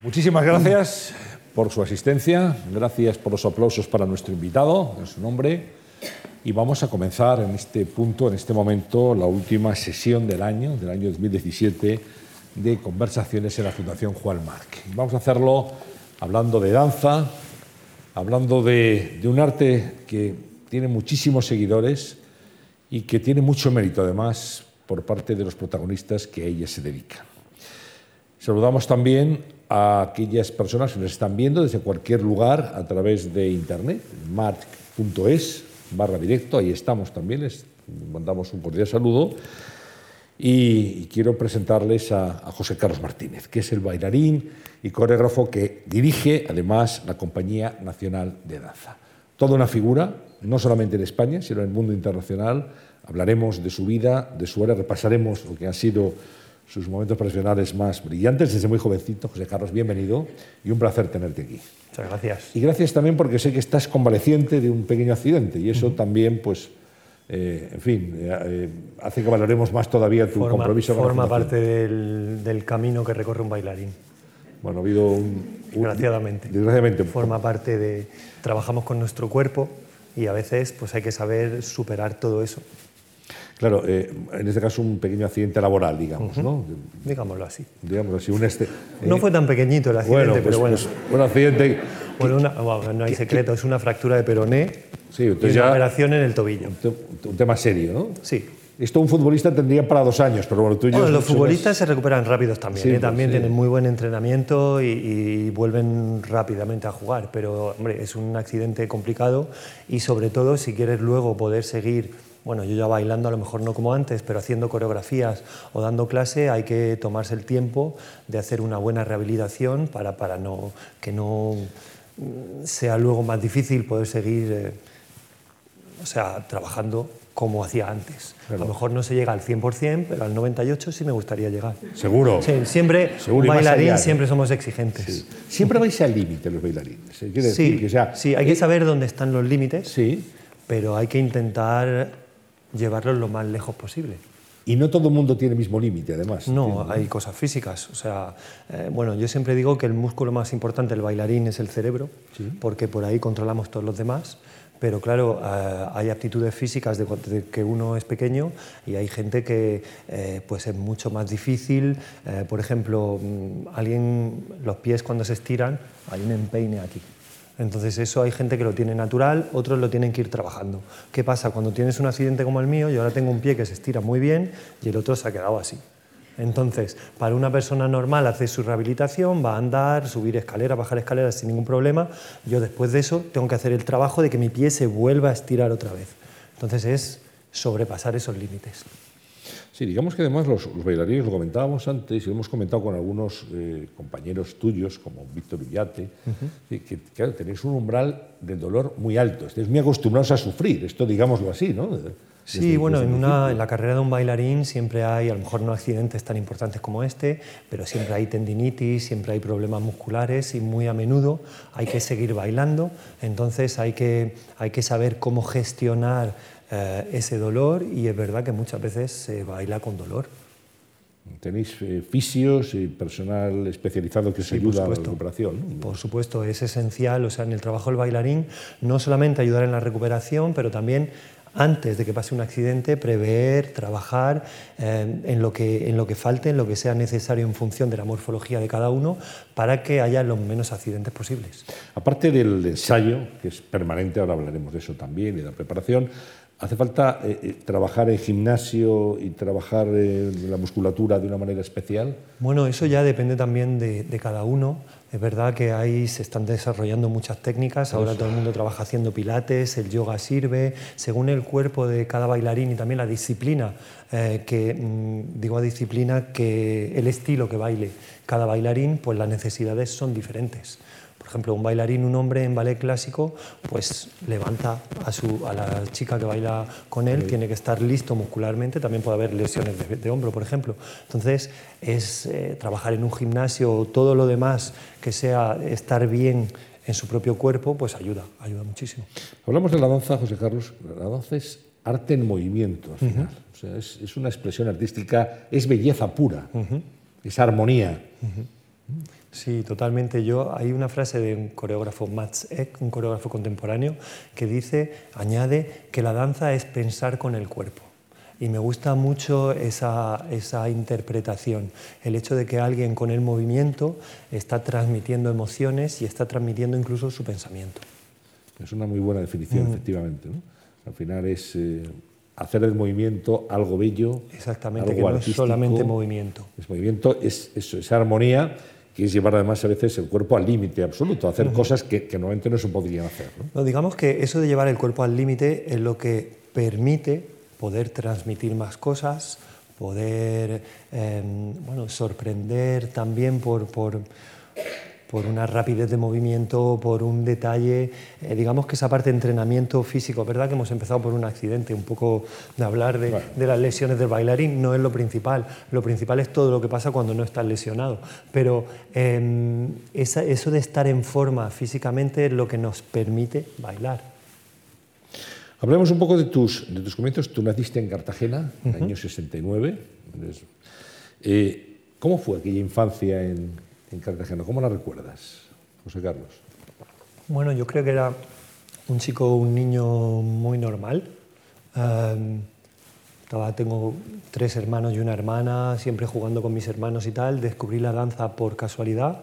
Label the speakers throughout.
Speaker 1: Muchísimas gracias por su asistencia, gracias por los aplausos para nuestro invitado, en su nombre, y vamos a comenzar en este punto, en este momento, la última sesión del año 2017, de conversaciones en la Fundación Juan March. Vamos a hacerlo hablando de danza, hablando de un arte que tiene muchísimos seguidores y que tiene mucho mérito, además, por parte de los protagonistas que a ella se dedican. Saludamos también a aquellas personas que nos están viendo desde cualquier lugar a través de internet, march.es/directo, ahí estamos también, les mandamos un cordial saludo. Y quiero presentarles a José Carlos Martínez, que es el bailarín y coreógrafo que dirige, además, la Compañía Nacional de Danza. Toda una figura, no solamente en España, sino en el mundo internacional. Hablaremos de su vida, de su era, repasaremos lo que han sido sus momentos profesionales más brillantes desde muy jovencito. José Carlos, bienvenido y un placer tenerte aquí.
Speaker 2: Muchas gracias.
Speaker 1: Y gracias también porque sé que estás convaleciente de un pequeño accidente y eso también, pues, en fin, hace que valoremos más todavía tu compromiso con la
Speaker 2: Forma
Speaker 1: Fundación.
Speaker 2: parte del camino que recorre un bailarín.
Speaker 1: Bueno, ha habido
Speaker 2: desgraciadamente. Forma parte de... Trabajamos con nuestro cuerpo y a veces pues hay que saber superar todo eso.
Speaker 1: Claro, en este caso un pequeño accidente laboral, digamos, ¿no?
Speaker 2: Digámoslo así.
Speaker 1: Digámoslo así,
Speaker 2: no fue tan pequeñito el accidente, pero bueno.
Speaker 1: Pues un accidente...
Speaker 2: Bueno, no hay secreto, es una fractura de peroné,
Speaker 1: sí,
Speaker 2: y una operación en el tobillo.
Speaker 1: Un tema serio, ¿no?
Speaker 2: Sí.
Speaker 1: Esto un futbolista tendría para 2 años, pero bueno, tú y yo...
Speaker 2: Bueno, los futbolistas se recuperan rápidos también,
Speaker 1: sí,
Speaker 2: también tienen muy buen entrenamiento y vuelven rápidamente a jugar, pero hombre, es un accidente complicado y sobre todo si quieres luego poder seguir... Bueno, yo ya bailando, a lo mejor no como antes, pero haciendo coreografías o dando clase, hay que tomarse el tiempo de hacer una buena rehabilitación para que no sea luego más difícil poder seguir trabajando como hacía antes. Claro. A lo mejor no se llega al 100%, pero al 98% sí me gustaría llegar.
Speaker 1: ¿Seguro?
Speaker 2: Sí, siempre, un bailarín siempre somos exigentes.
Speaker 1: Sí. Siempre vais al límite los bailarines. Quiere decir que,
Speaker 2: sí, hay que saber dónde están los límites,
Speaker 1: sí,
Speaker 2: pero hay que intentar llevarlos lo más lejos posible.
Speaker 1: Y no todo el mundo tiene el mismo límite, además.
Speaker 2: No, hay cosas físicas. O sea, bueno, yo siempre digo que el músculo más importante del bailarín es el cerebro, sí, porque por ahí controlamos todos los demás. Pero claro, hay aptitudes físicas de que uno es pequeño y hay gente que pues es mucho más difícil. Por ejemplo, los pies cuando se estiran, hay un empeine aquí. Entonces eso hay gente que lo tiene natural, otros lo tienen que ir trabajando. ¿Qué pasa? Cuando tienes un accidente como el mío, yo ahora tengo un pie que se estira muy bien y el otro se ha quedado así. Entonces, para una persona normal hace su rehabilitación, va a andar, subir escaleras, bajar escaleras sin ningún problema. Yo después de eso tengo que hacer el trabajo de que mi pie se vuelva a estirar otra vez. Entonces es sobrepasar esos límites.
Speaker 1: Sí, digamos que además los bailarines, lo comentábamos antes y lo hemos comentado con algunos compañeros tuyos, como Víctor Ullate, que claro, tenéis un umbral del dolor muy alto, estáis muy acostumbrados a sufrir, esto digámoslo así, ¿no?
Speaker 2: Sí, bueno, en la carrera de un bailarín siempre hay, a lo mejor no accidentes tan importantes como este, pero siempre hay tendinitis, siempre hay problemas musculares y muy a menudo hay que seguir bailando, entonces hay que saber cómo gestionar ese dolor y es verdad que muchas veces se baila con dolor.
Speaker 1: ¿Tenéis fisios y personal especializado que os ayuda a la recuperación?
Speaker 2: Por supuesto, es esencial, o sea, en el trabajo del bailarín no solamente ayudar en la recuperación, pero también antes de que pase un accidente, prever, trabajar en lo que falte, en lo que sea necesario en función de la morfología de cada uno para que haya los menos accidentes posibles.
Speaker 1: Aparte del ensayo, que es permanente, ahora hablaremos de eso también, y de la preparación, ¿hace falta trabajar en gimnasio y trabajar la musculatura de una manera especial?
Speaker 2: Bueno, eso ya depende también de cada uno. Es verdad que se están desarrollando muchas técnicas, ahora todo el mundo trabaja haciendo pilates, el yoga sirve, según el cuerpo de cada bailarín y también la disciplina, que el estilo que baile cada bailarín, pues las necesidades son diferentes. Por ejemplo, un bailarín, un hombre en ballet clásico, pues levanta a la chica que baila con él, tiene que estar listo muscularmente, también puede haber lesiones de hombro, por ejemplo. Entonces, es trabajar en un gimnasio, todo lo demás que sea estar bien en su propio cuerpo, pues ayuda muchísimo.
Speaker 1: Hablamos de la danza, José Carlos, la danza es arte en movimiento, al final. O sea, es una expresión artística, es belleza pura, es armonía.
Speaker 2: Sí, totalmente. Hay una frase de un coreógrafo, Mats Ek, un coreógrafo contemporáneo, que añade que la danza es pensar con el cuerpo. Y me gusta mucho esa interpretación, el hecho de que alguien con el movimiento está transmitiendo emociones y está transmitiendo incluso su pensamiento.
Speaker 1: Es una muy buena definición, efectivamente, ¿no? Al final es hacer del movimiento algo bello,
Speaker 2: exactamente,
Speaker 1: algo
Speaker 2: que no
Speaker 1: artístico.
Speaker 2: Es solamente movimiento.
Speaker 1: Es movimiento, es eso, esa armonía que es llevar además a veces el cuerpo al límite absoluto, hacer cosas que normalmente no se podrían hacer, ¿no?
Speaker 2: No, digamos que eso de llevar el cuerpo al límite es lo que permite poder transmitir más cosas, poder sorprender también por una rapidez de movimiento, por un detalle. Digamos que esa parte de entrenamiento físico, ¿verdad? Que hemos empezado por un accidente, un poco de hablar de las lesiones del bailarín, no es lo principal. Lo principal es todo lo que pasa cuando no estás lesionado. Pero eso de estar en forma físicamente es lo que nos permite bailar.
Speaker 1: Hablemos un poco de tus comienzos. Tú naciste en Cartagena, en el año 69. ¿Cómo fue aquella infancia en Cartagena? ¿Cómo la recuerdas, José Carlos?
Speaker 2: Bueno, yo creo que era un niño muy normal. Tengo 3 hermanos y una hermana, siempre jugando con mis hermanos y tal. Descubrí la danza por casualidad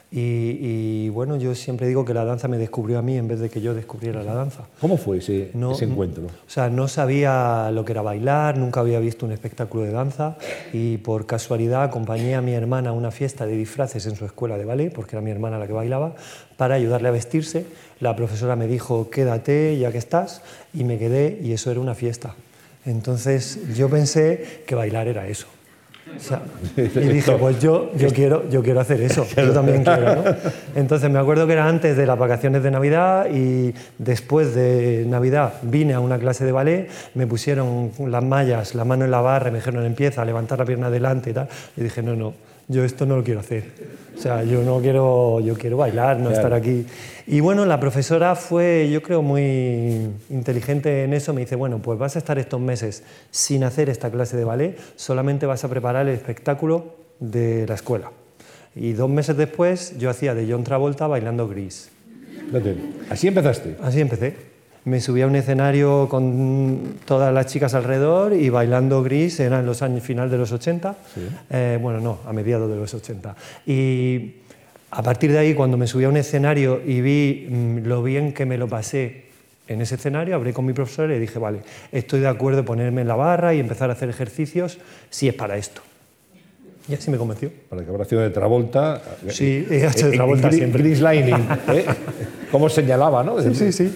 Speaker 2: y bueno, yo siempre digo que la danza me descubrió a mí en vez de que yo descubriera la danza.
Speaker 1: ¿Cómo fue ese encuentro?
Speaker 2: O sea, no sabía lo que era bailar, nunca había visto un espectáculo de danza y por casualidad acompañé a mi hermana a una fiesta de disfraces en su escuela de ballet, porque era mi hermana la que bailaba, para ayudarle a vestirse. La profesora me dijo, quédate ya que estás, y me quedé y eso era una fiesta. Entonces yo pensé que bailar era eso. O sea, y dije, pues yo quiero hacer eso, yo también quiero, ¿no? Entonces me acuerdo que era antes de las vacaciones de Navidad y después de Navidad vine a una clase de ballet, me pusieron las mallas, la mano en la barra y me dijeron empieza a levantar la pierna adelante y tal. Y dije, no, yo esto no lo quiero hacer. O sea, yo quiero bailar, no estar aquí. Y bueno, la profesora fue, yo creo, muy inteligente en eso. Me dice, bueno, pues vas a estar estos meses sin hacer esta clase de ballet, solamente vas a preparar el espectáculo de la escuela. Y 2 meses después yo hacía de John Travolta bailando Grease.
Speaker 1: ¿Así empezaste?
Speaker 2: Así empecé. Me subí a un escenario con todas las chicas alrededor y bailando Grease, eran los años final de los 80, sí. A mediados de los 80. Y a partir de ahí, cuando me subí a un escenario y vi lo bien que me lo pasé en ese escenario, hablé con mi profesor y le dije, vale, estoy de acuerdo en ponerme en la barra y empezar a hacer ejercicios si es para esto. Y así me convenció.
Speaker 1: Para que habrá sido de Travolta.
Speaker 2: Sí, he hecho de Travolta siempre.
Speaker 1: Grease Lightning, como señalaba, ¿no?
Speaker 2: Sí.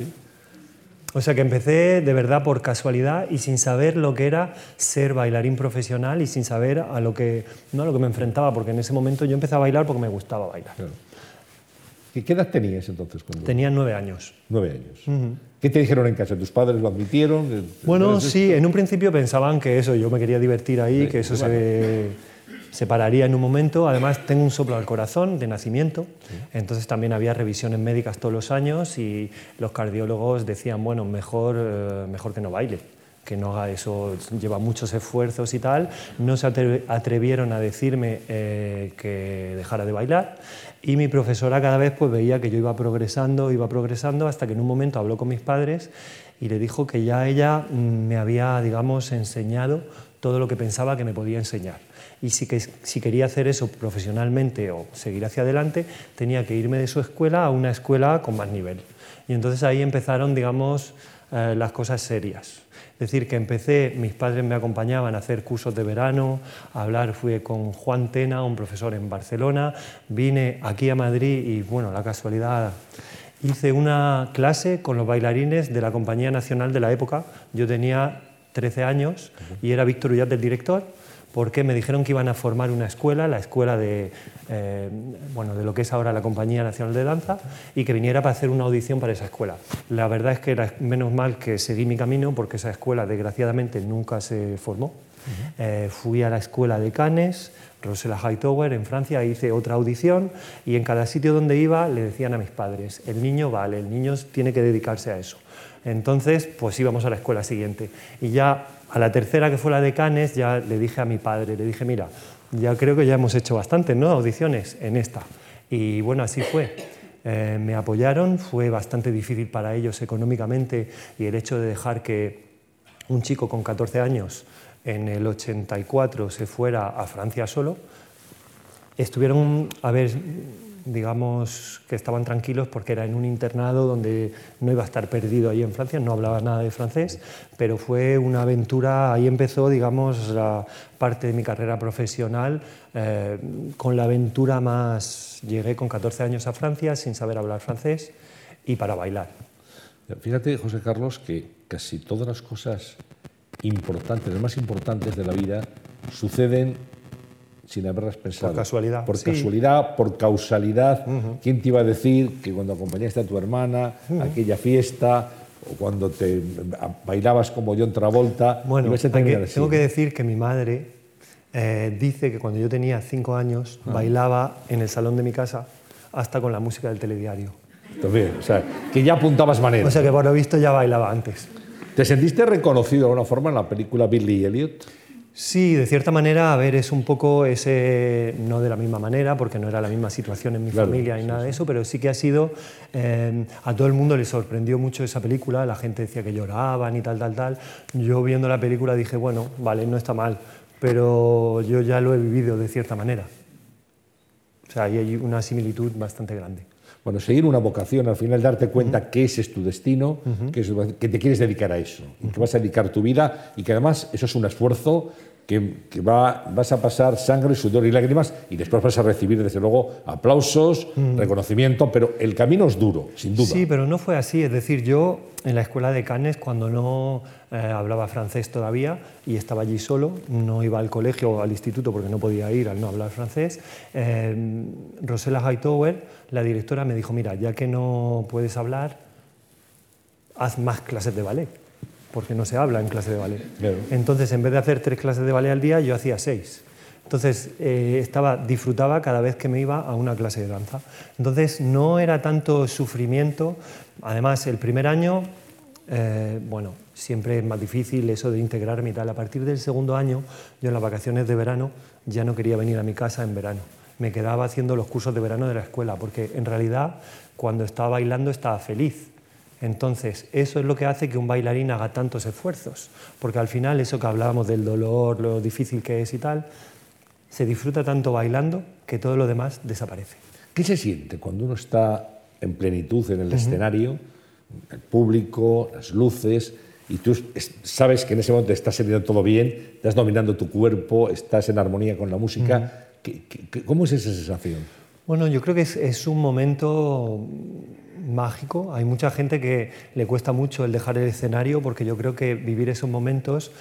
Speaker 2: O sea que empecé de verdad por casualidad y sin saber lo que era ser bailarín profesional y sin saber a lo que me enfrentaba, porque en ese momento yo empecé a bailar porque me gustaba bailar.
Speaker 1: Claro. ¿Qué edad tenías entonces?
Speaker 2: Tenía 9 años.
Speaker 1: 9 años. ¿Qué te dijeron en casa? ¿Tus padres lo admitieron?
Speaker 2: Bueno, sí, en un principio pensaban que yo me quería divertir ahí, que eso se pararía en un momento. Además, tengo un soplo al corazón de nacimiento, entonces también había revisiones médicas todos los años y los cardiólogos decían, bueno, mejor que no baile, que no haga eso, lleva muchos esfuerzos y tal. No se atrevieron a decirme que dejara de bailar y mi profesora cada vez pues veía que yo iba progresando hasta que en un momento habló con mis padres y le dijo que ya ella me había, digamos, enseñado todo lo que pensaba que me podía enseñar. Y si quería hacer eso profesionalmente o seguir hacia adelante, tenía que irme de su escuela a una escuela con más nivel. Y entonces ahí empezaron, digamos, las cosas serias. Es decir, que mis padres me acompañaban a hacer cursos de verano, fui con Juan Tena, un profesor en Barcelona, vine aquí a Madrid y, bueno, la casualidad, hice una clase con los bailarines de la Compañía Nacional de la época. Yo tenía 13 años y era Víctor Ullat el director, porque me dijeron que iban a formar una escuela, la escuela de lo que es ahora la Compañía Nacional de Danza, y que viniera para hacer una audición para esa escuela. La verdad es que era menos mal que seguí mi camino, porque esa escuela desgraciadamente nunca se formó. Fui a la escuela de Cannes, Rosella Hightower, en Francia, hice otra audición y en cada sitio donde iba le decían a mis padres, el niño tiene que dedicarse a eso. Entonces, pues íbamos a la escuela siguiente. Y ya a la tercera, que fue la de Cannes, ya le dije a mi padre, le dije, mira, ya creo que ya hemos hecho bastantes, ¿no?, audiciones en esta. Y bueno, así fue. Me apoyaron, fue bastante difícil para ellos económicamente, y el hecho de dejar que un chico con 14 años en el 84 se fuera a Francia solo, estuvieron, a ver, digamos que estaban tranquilos porque era en un internado donde no iba a estar perdido ahí en Francia, no hablaba nada de francés, pero fue una aventura, ahí empezó, digamos, la parte de mi carrera profesional, con la aventura más. Llegué con 14 años a Francia sin saber hablar francés y para bailar.
Speaker 1: Fíjate, José Carlos, que casi todas las cosas importantes, las más importantes de la vida, suceden sin haberlas pensado.
Speaker 2: Por casualidad.
Speaker 1: Por
Speaker 2: sí.
Speaker 1: casualidad, por causalidad. ¿Quién te iba a decir que cuando acompañaste a tu hermana a aquella fiesta, o cuando te bailabas como John Travolta,
Speaker 2: bueno,
Speaker 1: ibas a terminar así?
Speaker 2: Tengo que decir que mi madre dice que cuando yo tenía 5 años bailaba en el salón de mi casa hasta con la música del telediario.
Speaker 1: También, o sea, que ya apuntabas manera.
Speaker 2: O sea que por lo visto ya bailaba antes.
Speaker 1: ¿Te sentiste reconocido de alguna forma en la película Billy Elliot?
Speaker 2: Sí, de cierta manera, a ver, es un poco ese, no de la misma manera, porque no era la misma situación en mi familia ni nada de eso, pero sí que ha sido, a todo el mundo le sorprendió mucho esa película, la gente decía que lloraban y tal. Yo viendo la película dije, bueno, vale, no está mal, pero yo ya lo he vivido de cierta manera. O sea, ahí hay una similitud bastante grande.
Speaker 1: Bueno, seguir una vocación, al final darte cuenta que ese es tu destino, que te quieres dedicar a eso, que vas a dedicar tu vida y que además eso es un esfuerzo que vas a pasar sangre, sudor y lágrimas, y después vas a recibir, desde luego, aplausos, reconocimiento, pero el camino es duro, sin duda.
Speaker 2: Sí, pero no fue así. Es decir, yo en la escuela de Cannes, cuando no hablaba francés todavía y estaba allí solo, no iba al colegio o al instituto porque no podía ir al no hablar francés, Rosella Hightower, la directora, me dijo, mira, ya que no puedes hablar, haz más clases de ballet, porque no se habla en clase de ballet.
Speaker 1: Claro.
Speaker 2: Entonces, en vez de hacer 3 clases de ballet al día, yo hacía 6. Entonces, disfrutaba cada vez que me iba a una clase de danza. Entonces, no era tanto sufrimiento. Además, el primer año, bueno, siempre es más difícil eso de integrarme y tal. A partir del segundo año, yo en las vacaciones de verano ya no quería venir a mi casa en verano. Me quedaba haciendo los cursos de verano de la escuela, porque en realidad, cuando estaba bailando, estaba feliz. Entonces, eso es lo que hace que un bailarín haga tantos esfuerzos, porque al final eso que hablábamos del dolor, lo difícil que es y tal, se disfruta tanto bailando que todo lo demás desaparece.
Speaker 1: ¿Qué se siente cuando uno está en plenitud en el escenario, el público, las luces, y tú sabes que en ese momento estás saliendo todo bien, estás dominando tu cuerpo, estás en armonía con la música? ¿Cómo es esa sensación?
Speaker 2: Bueno, yo creo que es un momento mágico. Hay mucha gente que le cuesta mucho el dejar el escenario, porque yo creo que vivir esos momentos,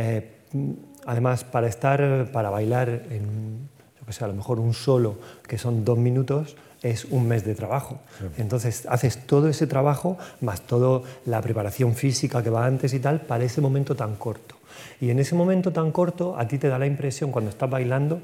Speaker 2: además para bailar en, yo qué sé, a lo mejor un solo que son 2 minutos, es un mes de trabajo. Entonces haces todo ese trabajo más toda la preparación física que va antes y tal para ese momento tan corto. Y en ese momento tan corto a ti te da la impresión cuando estás bailando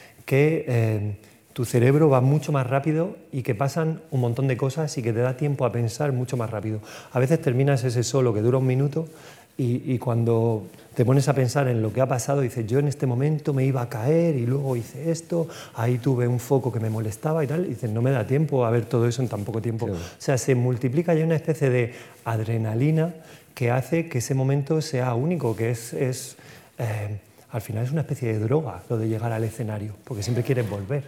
Speaker 2: que tu cerebro va mucho más rápido y que pasan un montón de cosas y que te da tiempo a pensar mucho más rápido. A veces terminas ese solo que dura 1 minuto y cuando te pones a pensar en lo que ha pasado, dices, yo en este momento me iba a caer y luego hice esto, ahí tuve un foco que me molestaba y tal, y dices, no me da tiempo a ver todo eso en tan poco tiempo. Claro. O sea, se multiplica ya una especie de adrenalina que hace que ese momento sea único, que al final es una especie de droga lo de llegar al escenario, porque siempre quieres volver.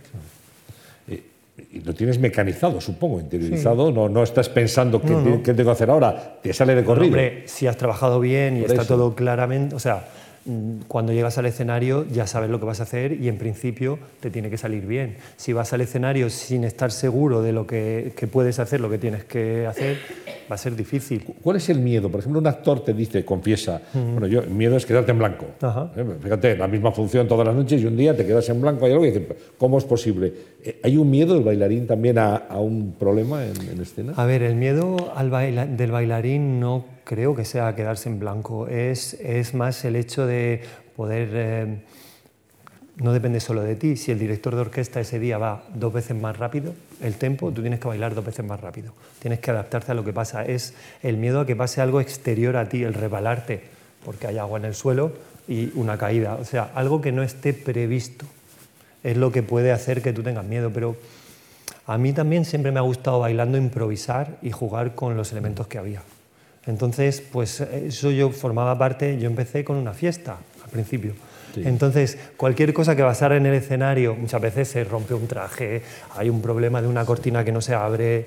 Speaker 1: Y lo tienes mecanizado, supongo, interiorizado, sí. No estás pensando qué tengo que hacer ahora, te sale de corrido.
Speaker 2: Hombre, si has trabajado bien y por está eso. Todo claramente, o sea, cuando llegas al escenario ya sabes lo que vas a hacer y en principio te tiene que salir bien. Si vas al escenario sin estar seguro de lo que puedes hacer, lo que tienes que hacer, va a ser difícil.
Speaker 1: ¿Cuál es el miedo? Por ejemplo, un actor te dice, confiesa, bueno, el miedo es quedarte en blanco. Fíjate, la misma función todas las noches y un día te quedas en blanco y algo y dices, ¿cómo es posible? ¿Hay un miedo del bailarín también a un problema en escena?
Speaker 2: A ver, el miedo del bailarín no creo que sea quedarse en blanco, es más el hecho de poder, no depende solo de ti, si el director de orquesta ese día va 2 veces más rápido, el tempo, tú tienes que bailar 2 veces más rápido, tienes que adaptarte a lo que pasa, es el miedo a que pase algo exterior a ti, el resbalarte, porque hay agua en el suelo y una caída, o sea, algo que no esté previsto. es lo que puede hacer que tú tengas miedo. Pero a mí también siempre me ha gustado bailando improvisar y jugar con los elementos que había. Entonces, pues eso yo formaba parte, yo empecé con una fiesta al principio. Sí. Entonces, cualquier cosa que basara en el escenario, muchas veces se rompe un traje, hay un problema de una cortina que no se abre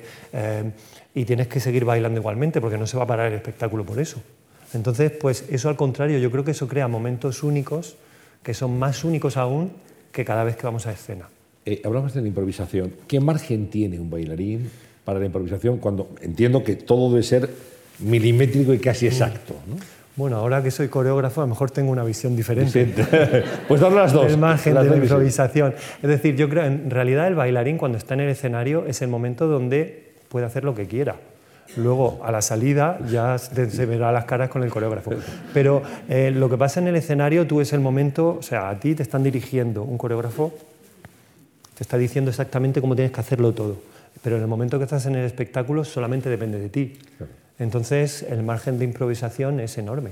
Speaker 2: y tienes que seguir bailando igualmente porque no se va a parar el espectáculo por eso. Entonces, pues eso al contrario, yo creo que eso crea momentos únicos que son más únicos aún que cada vez que vamos a escena.
Speaker 1: Hablamos de la improvisación. ¿Qué margen tiene un bailarín para la improvisación cuando entiendo que todo debe ser milimétrico y casi exacto, ¿no?
Speaker 2: Bueno, ahora que soy coreógrafo, a lo mejor tengo una visión diferente.
Speaker 1: Pues dame las dos.
Speaker 2: El margen de la improvisación. Es decir, yo creo, en realidad el bailarín cuando está en el escenario es el momento donde puede hacer lo que quiera. Luego, a la salida, ya se verá las caras con el coreógrafo. Pero lo que pasa en el escenario, tú es el momento, o sea, a ti te están dirigiendo un coreógrafo, te está diciendo exactamente cómo tienes que hacerlo todo. Pero en el momento que estás en el espectáculo, solamente depende de ti. Entonces, el margen de improvisación es enorme.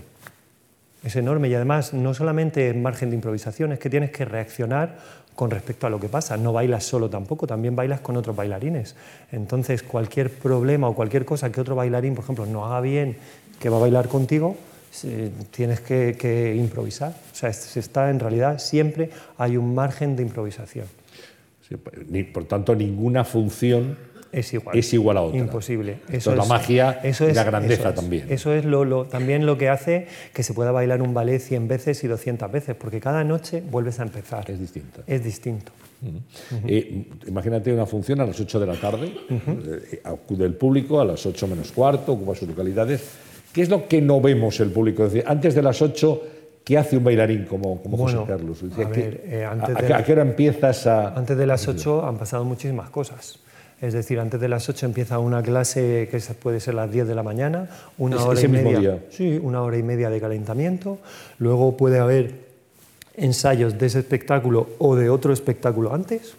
Speaker 2: Es enorme y además no solamente es margen de improvisación, es que tienes que reaccionar con respecto a lo que pasa. No bailas solo tampoco, también bailas con otros bailarines. Entonces, cualquier problema o cualquier cosa que otro bailarín, por ejemplo, no haga bien, que va a bailar contigo, tienes que improvisar. O sea, en realidad siempre hay un margen de improvisación.
Speaker 1: Sí, por tanto, ninguna función es igual a otra.
Speaker 2: Imposible.
Speaker 1: Eso es la magia y la grandeza también.
Speaker 2: Eso es también lo que hace que se pueda bailar un ballet 100 veces y 200 veces, porque cada noche vuelves a empezar.
Speaker 1: Es distinto.
Speaker 2: Es distinto.
Speaker 1: Imagínate una función a las 8 de la tarde, acude el público a las 8 menos cuarto, ocupa sus localidades. ¿Qué es lo que no vemos el público? Es decir, antes de las 8, ¿qué hace un bailarín como José Carlos? ¿A qué hora empiezas a...?
Speaker 2: Antes de las 8 han pasado muchísimas cosas. Es decir, antes de las 8 empieza una clase que puede ser las 10 de la mañana, una hora y media. Sí, una hora y media de calentamiento. Luego puede haber ensayos de ese espectáculo o de otro espectáculo antes.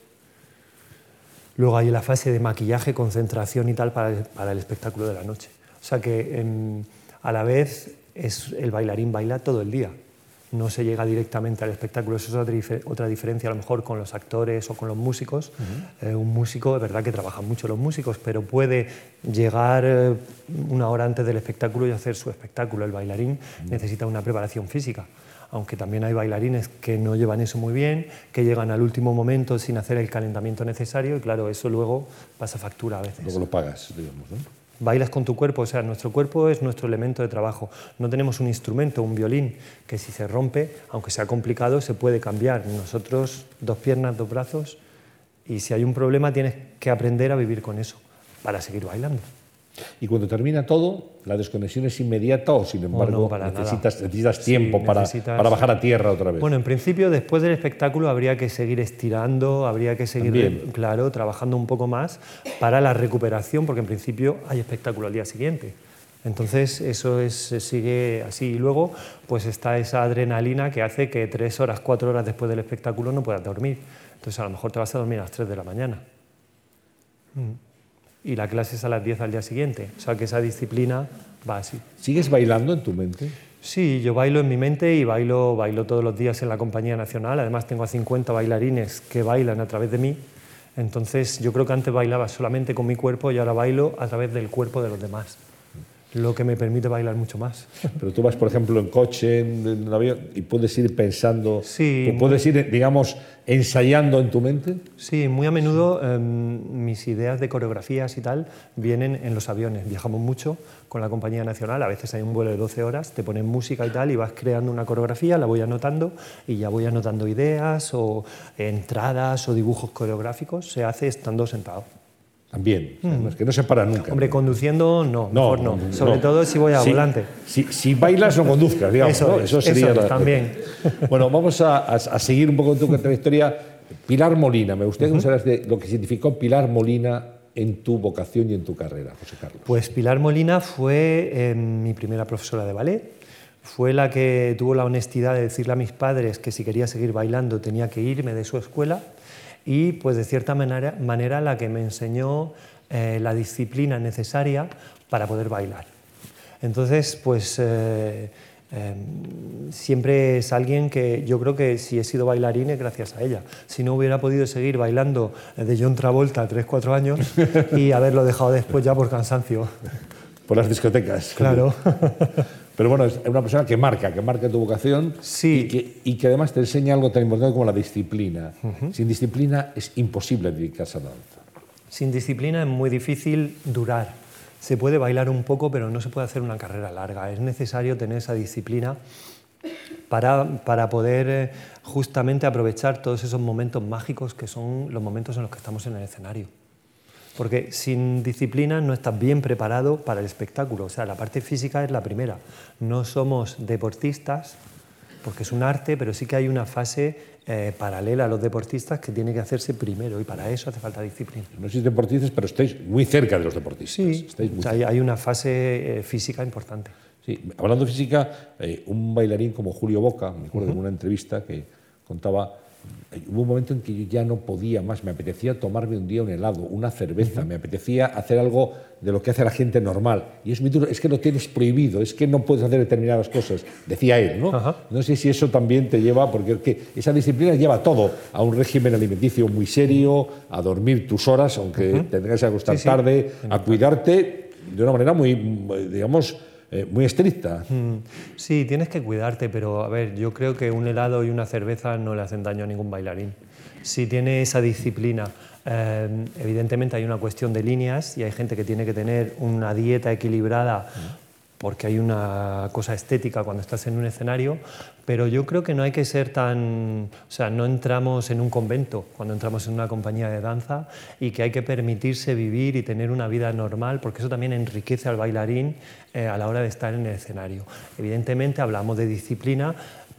Speaker 2: Luego hay la fase de maquillaje, concentración y tal para el espectáculo de la noche. O sea que a la vez el bailarín baila todo el día. No se llega directamente al espectáculo. Eso es otra diferencia a lo mejor con los actores o con los músicos. Un músico, es verdad que trabajan mucho los músicos, pero puede llegar una hora antes del espectáculo y hacer su espectáculo. El bailarín necesita una preparación física, aunque también hay bailarines que no llevan eso muy bien, que llegan al último momento sin hacer el calentamiento necesario y claro, eso luego pasa factura a veces.
Speaker 1: Luego lo pagas, digamos, ¿no?
Speaker 2: Bailas con tu cuerpo, o sea, nuestro cuerpo es nuestro elemento de trabajo. No tenemos un instrumento, un violín, que si se rompe, aunque sea complicado, se puede cambiar. Nosotros, 2 piernas, 2 brazos, y si hay un problema tienes que aprender a vivir con eso para seguir bailando.
Speaker 1: Y cuando termina todo, ¿la desconexión es inmediata o, sin embargo, necesitas tiempo para bajar a tierra otra vez?
Speaker 2: Bueno, en principio, después del espectáculo habría que seguir estirando, habría que seguir, claro, trabajando un poco más para la recuperación, porque en principio hay espectáculo al día siguiente. Entonces, eso se sigue así. Y luego, pues está esa adrenalina que hace que 3 horas, 4 horas después del espectáculo no puedas dormir. Entonces, a lo mejor te vas a dormir a las 3 de la mañana. Y la clase es a las 10 al día siguiente. O sea que esa disciplina va así.
Speaker 1: ¿Sigues bailando en tu mente?
Speaker 2: Sí, yo bailo en mi mente y bailo todos los días en la Compañía Nacional. Además tengo a 50 bailarines que bailan a través de mí. Entonces yo creo que antes bailaba solamente con mi cuerpo y ahora bailo a través del cuerpo de los demás. Lo que me permite bailar mucho más.
Speaker 1: Pero tú vas, por ejemplo, en coche, en avión, y puedes ir pensando,
Speaker 2: sí,
Speaker 1: puedes ir, digamos, ensayando en tu mente.
Speaker 2: Sí, muy a menudo mis ideas de coreografías y tal vienen en los aviones. Viajamos mucho con la Compañía Nacional, a veces hay un vuelo de 12 horas, te ponen música y tal y vas creando una coreografía, la voy anotando y ya voy anotando ideas o entradas o dibujos coreográficos, se hace estando sentado.
Speaker 1: También, es que no se para nunca.
Speaker 2: Hombre, conduciendo mejor no. Sobre todo si voy a volante.
Speaker 1: Si bailas, no conduzcas, digamos. Eso sería
Speaker 2: también.
Speaker 1: Bueno, vamos a seguir un poco tu trayectoria. Pilar Molina, me gustaría que nos hablas de lo que significó Pilar Molina en tu vocación y en tu carrera, José Carlos.
Speaker 2: Pues Pilar Molina fue mi primera profesora de ballet. Fue la que tuvo la honestidad de decirle a mis padres que si quería seguir bailando tenía que irme de su escuela. Y pues de cierta manera la que me enseñó la disciplina necesaria para poder bailar. Entonces, pues siempre es alguien que yo creo que si he sido bailarín es gracias a ella. Si no hubiera podido seguir bailando de John Travolta 3-4 años y haberlo dejado después ya por cansancio.
Speaker 1: Por las discotecas.
Speaker 2: Claro.
Speaker 1: Pero bueno, es una persona que marca tu vocación,
Speaker 2: sí.
Speaker 1: y que además te enseña algo tan importante como la disciplina. Sin disciplina es imposible dedicarse a la danza.
Speaker 2: Sin disciplina es muy difícil durar. Se puede bailar un poco, pero no se puede hacer una carrera larga. Es necesario tener esa disciplina para poder justamente aprovechar todos esos momentos mágicos que son los momentos en los que estamos en el escenario. Porque sin disciplina no estás bien preparado para el espectáculo. O sea, la parte física es la primera. No somos deportistas, porque es un arte, pero sí que hay una fase paralela a los deportistas que tiene que hacerse primero, y para eso hace falta disciplina.
Speaker 1: No sois deportistas, pero estáis muy cerca de los deportistas.
Speaker 2: Sí, hay una fase física importante.
Speaker 1: Sí, hablando de física, un bailarín como Julio Boca, me acuerdo de una entrevista que contaba, hubo un momento en que yo ya no podía más, me apetecía tomarme un día un helado, una cerveza, me apetecía hacer algo de lo que hace la gente normal. Y es muy duro, es que lo tienes prohibido, es que no puedes hacer determinadas cosas, decía él, ¿no? No sé si eso también te lleva, porque es que esa disciplina lleva todo, a un régimen alimenticio muy serio, a dormir tus horas, aunque tendrás que acostar tarde, a cuidarte de una manera muy, digamos, muy estricta.
Speaker 2: Sí, tienes que cuidarte, pero a ver, yo creo que un helado y una cerveza no le hacen daño a ningún bailarín. Si tiene esa disciplina, evidentemente hay una cuestión de líneas y hay gente que tiene que tener una dieta equilibrada porque hay una cosa estética cuando estás en un escenario, pero yo creo que no hay que ser tan... O sea, no entramos en un convento cuando entramos en una compañía de danza, y que hay que permitirse vivir y tener una vida normal, porque eso también enriquece al bailarín a la hora de estar en el escenario. Evidentemente hablamos de disciplina,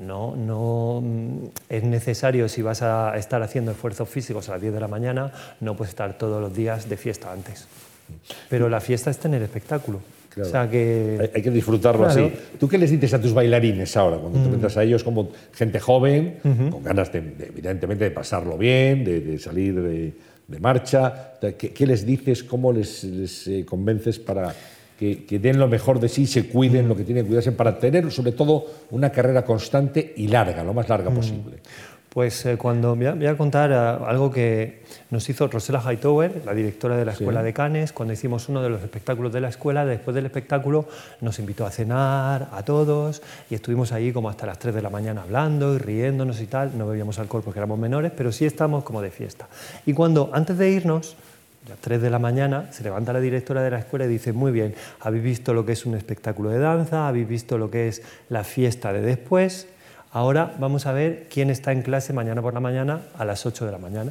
Speaker 2: no es necesario, si vas a estar haciendo esfuerzos físicos a las 10 de la mañana, no puedes estar todos los días de fiesta antes. Pero la fiesta es tener espectáculo.
Speaker 1: Claro.
Speaker 2: O sea que...
Speaker 1: Hay que disfrutarlo así. ¿Tú qué les dices a tus bailarines ahora, cuando te enfrentas a ellos como gente joven, con ganas, evidentemente, de pasarlo bien, de salir de marcha? ¿Qué les dices? ¿Cómo les convences para que den lo mejor de sí, se cuiden lo que tienen que cuidarse, para tener, sobre todo, una carrera constante y larga, lo más larga posible?
Speaker 2: Pues voy a contar algo que nos hizo Rosella Hightower, la directora de la Escuela de Cannes, cuando hicimos uno de los espectáculos de la escuela. Después del espectáculo nos invitó a cenar a todos y estuvimos ahí como hasta las 3 de la mañana hablando y riéndonos y tal. No bebíamos alcohol porque éramos menores, pero sí estamos como de fiesta. Y cuando, antes de irnos, a las 3 de la mañana, se levanta la directora de la escuela y dice: muy bien, habéis visto lo que es un espectáculo de danza, habéis visto lo que es la fiesta de después. Ahora vamos a ver quién está en clase mañana por la mañana a las 8 de la mañana.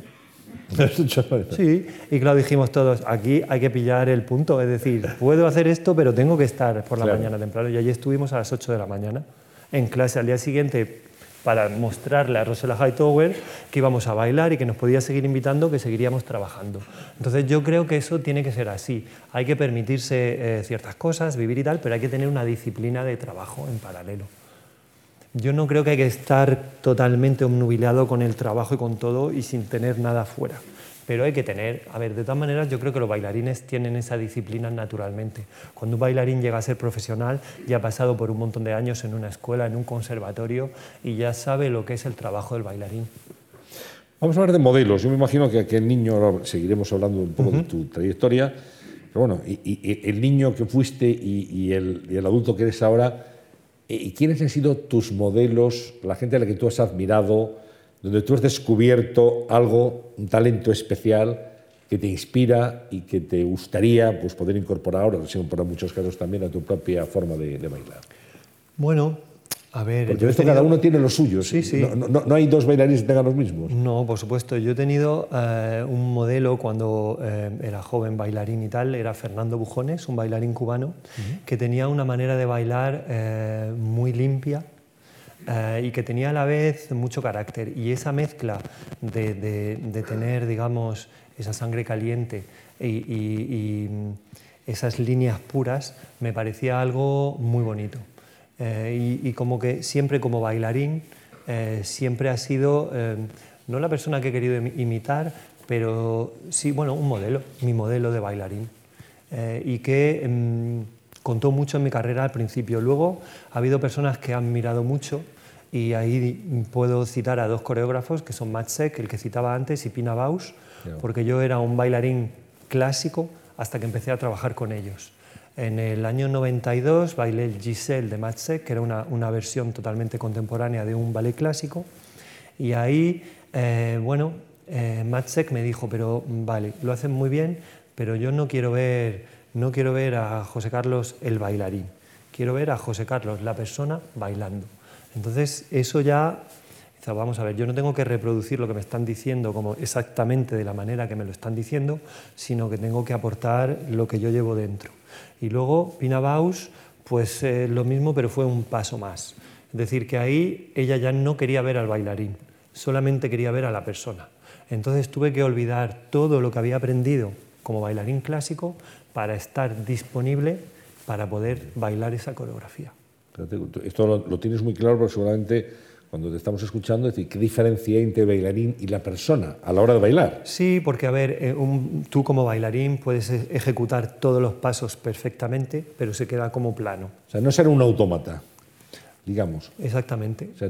Speaker 2: Sí, y claro, dijimos todos, aquí hay que pillar el punto, es decir, puedo hacer esto, pero tengo que estar por la mañana temprano. Y allí estuvimos a las 8 de la mañana en clase al día siguiente para mostrarle a Rosella Hightower que íbamos a bailar y que nos podía seguir invitando, que seguiríamos trabajando. Entonces yo creo que eso tiene que ser así. Hay que permitirse ciertas cosas, vivir y tal, pero hay que tener una disciplina de trabajo en paralelo. Yo no creo que hay que estar totalmente obnubilado con el trabajo y con todo y sin tener nada fuera. Pero hay que tener, a ver, de todas maneras yo creo que los bailarines tienen esa disciplina naturalmente. Cuando un bailarín llega a ser profesional, ya ha pasado por un montón de años en una escuela, en un conservatorio, y ya sabe lo que es el trabajo del bailarín.
Speaker 1: Vamos a hablar de modelos. Yo me imagino que aquel niño, ahora seguiremos hablando un poco de tu trayectoria, pero bueno, y el niño que fuiste y el adulto que eres ahora, ¿quiénes han sido tus modelos, la gente a la que tú has admirado, donde tú has descubierto algo, un talento especial que te inspira y que te gustaría pues, poder incorporar ahora, por muchos casos también, a tu propia forma de bailar?
Speaker 2: Bueno, a ver...
Speaker 1: Porque esto cada uno tiene los suyos.
Speaker 2: Sí, sí.
Speaker 1: No hay dos bailarines que tengan los mismos.
Speaker 2: No, por supuesto. Yo he tenido un modelo cuando era joven bailarín y tal, era Fernando Bujones, un bailarín cubano, que tenía una manera de bailar muy limpia, y que tenía a la vez mucho carácter, y esa mezcla de tener, digamos, esa sangre caliente y esas líneas puras me parecía algo muy bonito, y como que siempre como bailarín siempre ha sido no la persona que he querido imitar, pero sí, bueno, un modelo, mi modelo de bailarín, y que contó mucho en mi carrera al principio. Luego ha habido personas que han mirado mucho y ahí puedo citar a dos coreógrafos que son Maciek, el que citaba antes, y Pina Bausch, porque yo era un bailarín clásico hasta que empecé a trabajar con ellos. En el año 92 bailé el Giselle de Maciek, que era una versión totalmente contemporánea de un ballet clásico, y ahí, Maciek me dijo, pero vale, lo hacen muy bien, pero yo no quiero ver a José Carlos el bailarín, quiero ver a José Carlos la persona bailando. Entonces eso ya, vamos a ver, yo no tengo que reproducir lo que me están diciendo como exactamente de la manera que me lo están diciendo, sino que tengo que aportar lo que yo llevo dentro. Y luego Pina Bausch, pues lo mismo, pero fue un paso más. Es decir, que ahí ella ya no quería ver al bailarín, solamente quería ver a la persona. Entonces tuve que olvidar todo lo que había aprendido como bailarín clásico para estar disponible para poder bailar esa coreografía.
Speaker 1: Esto lo tienes muy claro, pero seguramente cuando te estamos escuchando, es decir, ¿qué diferencia hay entre el bailarín y la persona a la hora de bailar?
Speaker 2: Sí, porque a ver, tú como bailarín puedes ejecutar todos los pasos perfectamente, pero se queda como plano.
Speaker 1: O sea, no ser un autómata, digamos.
Speaker 2: Exactamente.
Speaker 1: O sea,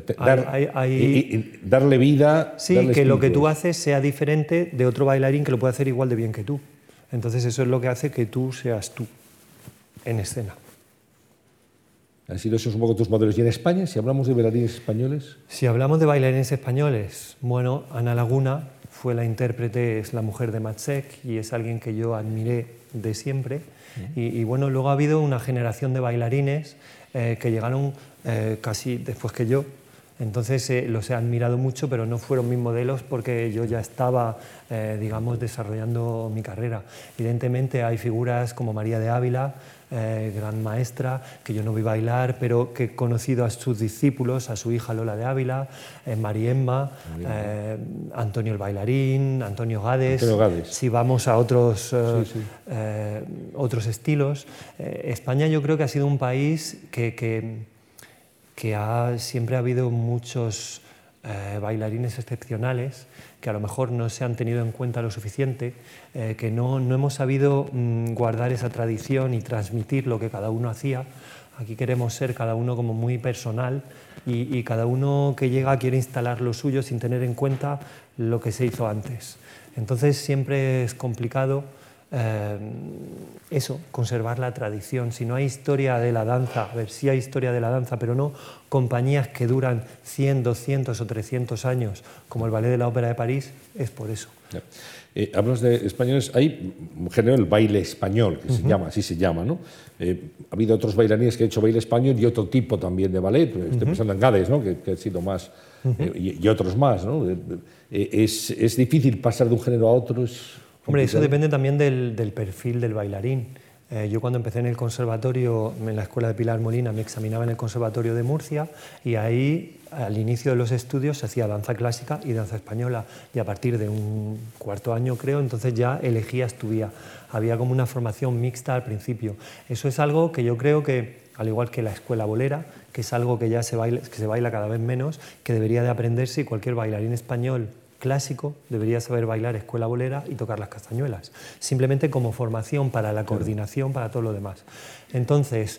Speaker 1: darle vida.
Speaker 2: Sí,
Speaker 1: darle
Speaker 2: que lo que
Speaker 1: espíritu.
Speaker 2: tú haces sea diferente de otro bailarín que lo puede hacer igual de bien que tú. Entonces eso es lo que hace que tú seas tú en escena.
Speaker 1: ¿Han sido esos un poco tus modelos? ¿Y en España, si hablamos de bailarines españoles?
Speaker 2: Si hablamos de bailarines españoles, bueno, Ana Laguna fue la intérprete, es la mujer de Maciek y es alguien que yo admiré de siempre. Y bueno, luego ha habido una generación de bailarines que llegaron casi después que yo. Entonces los he admirado mucho, pero no fueron mis modelos porque yo ya estaba, digamos, desarrollando mi carrera. Evidentemente hay figuras como María de Ávila, gran maestra, que yo no vi bailar, pero que he conocido a sus discípulos, a su hija Lola de Ávila, Mariemma, Antonio el bailarín, Antonio Gades. Si vamos a otros, otros estilos. España yo creo que ha sido un país que siempre ha habido muchos bailarines excepcionales que a lo mejor no se han tenido en cuenta lo suficiente, que no hemos sabido guardar esa tradición y transmitir lo que cada uno hacía. Aquí queremos ser cada uno como muy personal y cada uno que llega quiere instalar lo suyo sin tener en cuenta lo que se hizo antes. Entonces siempre es complicado conservar la tradición. Si no hay historia de la danza, a ver, sí hay historia de la danza, pero no compañías que duran 100, 200 o 300 años, como el Ballet de la Ópera de París, es por eso.
Speaker 1: Hablas de españoles, hay un género, el baile español, que se llama, así se llama, ¿no? Ha habido otros bailarines que han hecho baile español y otro tipo también de ballet, estoy pensando en Gades, ¿no? que ha sido más, y otros más, ¿no? Es difícil pasar de un género a otro.
Speaker 2: Hombre, eso depende también del perfil del bailarín. Yo cuando empecé en el conservatorio, en la escuela de Pilar Molina, me examinaba en el conservatorio de Murcia y ahí, al inicio de los estudios, se hacía danza clásica y danza española y a partir de un cuarto año, creo, entonces ya elegías tu vía. Había como una formación mixta al principio. Eso es algo que yo creo que, al igual que la escuela bolera, que es algo que ya se baila cada vez menos, que debería de aprenderse y cualquier bailarín español clásico debería saber bailar escuela bolera y tocar las castañuelas, simplemente como formación para la coordinación, para todo lo demás. Entonces,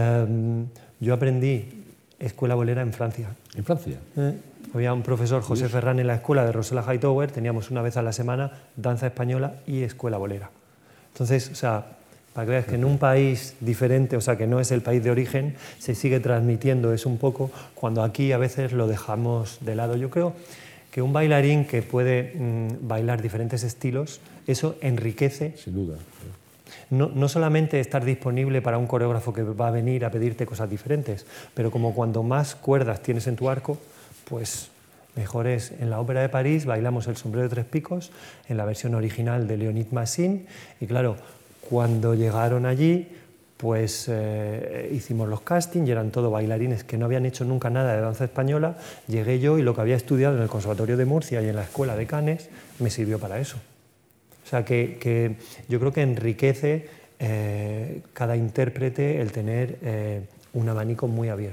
Speaker 2: yo aprendí escuela bolera en Francia.
Speaker 1: ¿En Francia?
Speaker 2: Había un profesor, José Ferrán, en la escuela de Rosella Hightower, teníamos una vez a la semana danza española y escuela bolera. Entonces, o sea, para que veas que en un país diferente, o sea, que no es el país de origen, se sigue transmitiendo eso un poco, cuando aquí a veces lo dejamos de lado. Yo creo que un bailarín que puede bailar diferentes estilos, eso enriquece.
Speaker 1: Sin duda.
Speaker 2: No solamente estar disponible para un coreógrafo que va a venir a pedirte cosas diferentes, pero como cuando más cuerdas tienes en tu arco, pues mejor es. En la Ópera de París bailamos el sombrero de tres picos, en la versión original de Leonid Massin, y claro, cuando llegaron allí, pues hicimos los castings y eran todo bailarines que no habían hecho nunca nada de danza española. Llegué yo y lo que había estudiado en el Conservatorio de Murcia y en la Escuela de Cannes me sirvió para eso. O sea que yo creo que enriquece cada intérprete el tener un abanico muy abierto.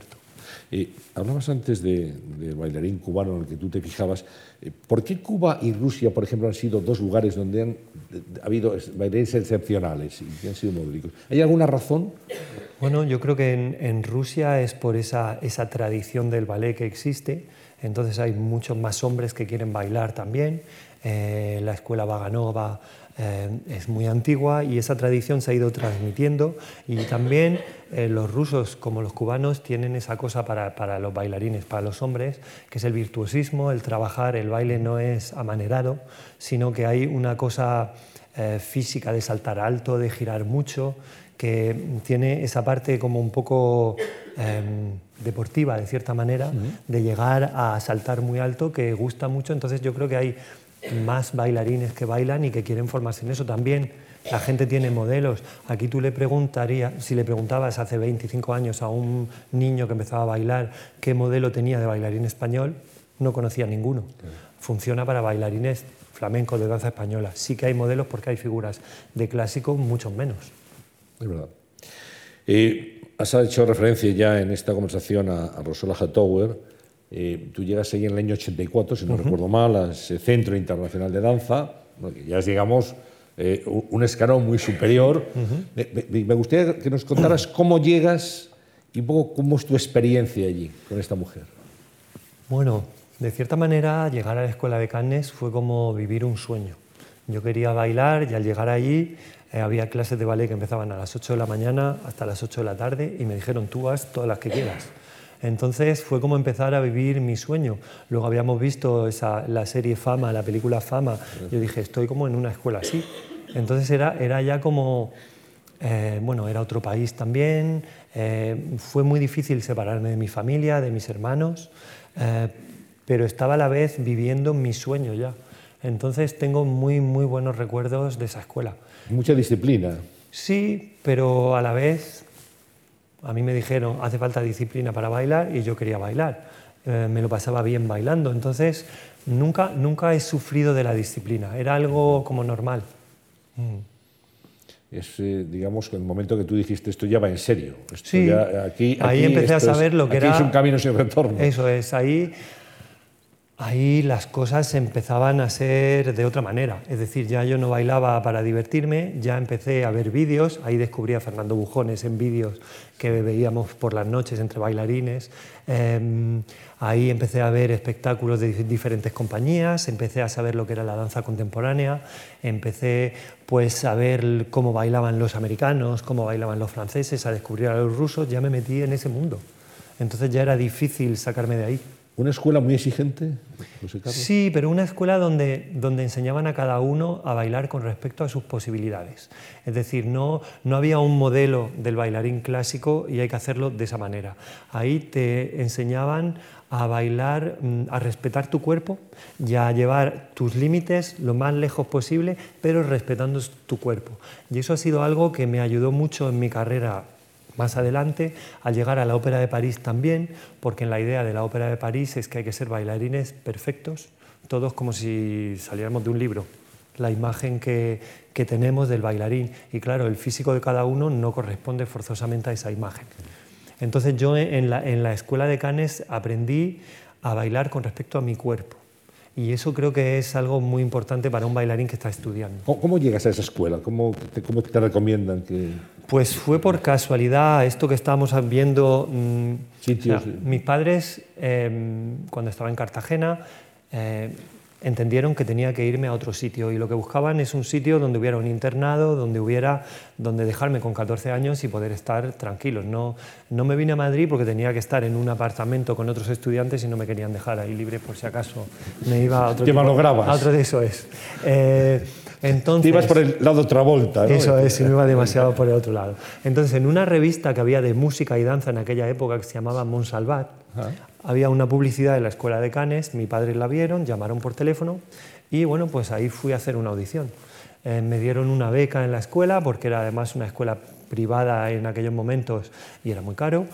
Speaker 1: Hablabas antes del bailarín cubano en el que tú te fijabas. ¿Por qué Cuba y Rusia, por ejemplo, han sido dos lugares donde ha habido bailarines excepcionales y que han sido modélicos? ¿Hay alguna razón?
Speaker 2: Bueno, yo creo que en Rusia es por esa tradición del ballet que existe, entonces hay muchos más hombres que quieren bailar también. La escuela Vaganova es muy antigua y esa tradición se ha ido transmitiendo, y también los rusos como los cubanos tienen esa cosa para los bailarines, para los hombres, que es el virtuosismo, el trabajar. El baile no es amanerado, sino que hay una cosa física de saltar alto, de girar mucho, que tiene esa parte como un poco deportiva, de cierta manera, de llegar a saltar muy alto, que gusta mucho. Entonces yo creo que hay más bailarines que bailan y que quieren formarse en eso. También la gente tiene modelos. Aquí tú si le preguntabas hace 25 años a un niño que empezaba a bailar qué modelo tenía de bailarín español, no conocía ninguno. Funciona para bailarines flamencos de danza española. Sí que hay modelos porque hay figuras de clásico, muchos menos.
Speaker 1: Es verdad. Has hecho referencia ya en esta conversación a Rosola Hightower. Tú llegas ahí en el año 84, si no recuerdo mal, a ese Centro Internacional de Danza, que ya es, digamos, un escalón muy superior. Me gustaría que nos contaras cómo llegas y un poco cómo es tu experiencia allí con esta mujer.
Speaker 2: Bueno, de cierta manera, llegar a la Escuela de Cannes fue como vivir un sueño. Yo quería bailar y al llegar allí había clases de ballet que empezaban a las 8 de la mañana hasta las 8 de la tarde y me dijeron, tú haz todas las que quieras. Entonces fue como empezar a vivir mi sueño. Luego habíamos visto la serie Fama, la película Fama. Yo dije, estoy como en una escuela así. Entonces era ya como, bueno, era otro país también. Fue muy difícil separarme de mi familia, de mis hermanos, pero estaba a la vez viviendo mi sueño ya. Entonces tengo muy, muy buenos recuerdos de esa escuela.
Speaker 1: Mucha disciplina.
Speaker 2: Sí, pero a la vez a mí me dijeron, hace falta disciplina para bailar, y yo quería bailar. Me lo pasaba bien bailando. Entonces nunca he sufrido de la disciplina. Era algo como normal.
Speaker 1: Es, digamos, el momento que tú dijiste, esto ya va en serio. Esto
Speaker 2: sí,
Speaker 1: ya,
Speaker 2: ahí empecé a saber lo que era...
Speaker 1: Aquí es un camino sin retorno.
Speaker 2: Eso es, ahí las cosas empezaban a ser de otra manera. Es decir, ya yo no bailaba para divertirme, ya empecé a ver vídeos. Ahí descubrí a Fernando Bujones en vídeos que veíamos por las noches entre bailarines. Ahí empecé a ver espectáculos de diferentes compañías, empecé a saber lo que era la danza contemporánea, empecé pues a ver cómo bailaban los americanos, cómo bailaban los franceses, a descubrir a los rusos. Ya me metí en ese mundo. Entonces ya era difícil sacarme de ahí.
Speaker 1: ¿Una escuela muy exigente, José Carlos?
Speaker 2: Sí, pero una escuela donde enseñaban a cada uno a bailar con respecto a sus posibilidades. Es decir, no había un modelo del bailarín clásico y hay que hacerlo de esa manera. Ahí te enseñaban a bailar, a respetar tu cuerpo y a llevar tus límites lo más lejos posible, pero respetando tu cuerpo. Y eso ha sido algo que me ayudó mucho en mi carrera más adelante, al llegar a la Ópera de París también, porque en la idea de la Ópera de París es que hay que ser bailarines perfectos, todos como si saliéramos de un libro, la imagen que tenemos del bailarín. Y claro, el físico de cada uno no corresponde forzosamente a esa imagen. Entonces yo en la Escuela de Cannes aprendí a bailar con respecto a mi cuerpo. Y eso creo que es algo muy importante para un bailarín que está estudiando.
Speaker 1: ¿Cómo llegas a esa escuela? ¿Cómo te recomiendan que...?
Speaker 2: Pues fue por casualidad, esto que estábamos viendo.
Speaker 1: Sitios.
Speaker 2: O sea, mis padres, cuando estaba en Cartagena, entendieron que tenía que irme a otro sitio, y lo que buscaban es un sitio donde hubiera un internado, donde dejarme con 14 años y poder estar tranquilos. No me vine a Madrid porque tenía que estar en un apartamento con otros estudiantes y no me querían dejar ahí libre por si acaso me iba a otro.
Speaker 1: ¿Te malograbas?
Speaker 2: A otro de eso es. Entonces,
Speaker 1: te ibas por el lado Travolta, ¿no?
Speaker 2: Eso es, y me iba demasiado por el otro lado. Entonces, en una revista que había de música y danza en aquella época que se llamaba Montsalvat, había una publicidad de la Escuela de Cannes. Mi padre la vieron, llamaron por teléfono y bueno, pues ahí fui a hacer una audición. Me dieron una beca en la escuela porque era además una escuela privada en aquellos momentos y era muy caro.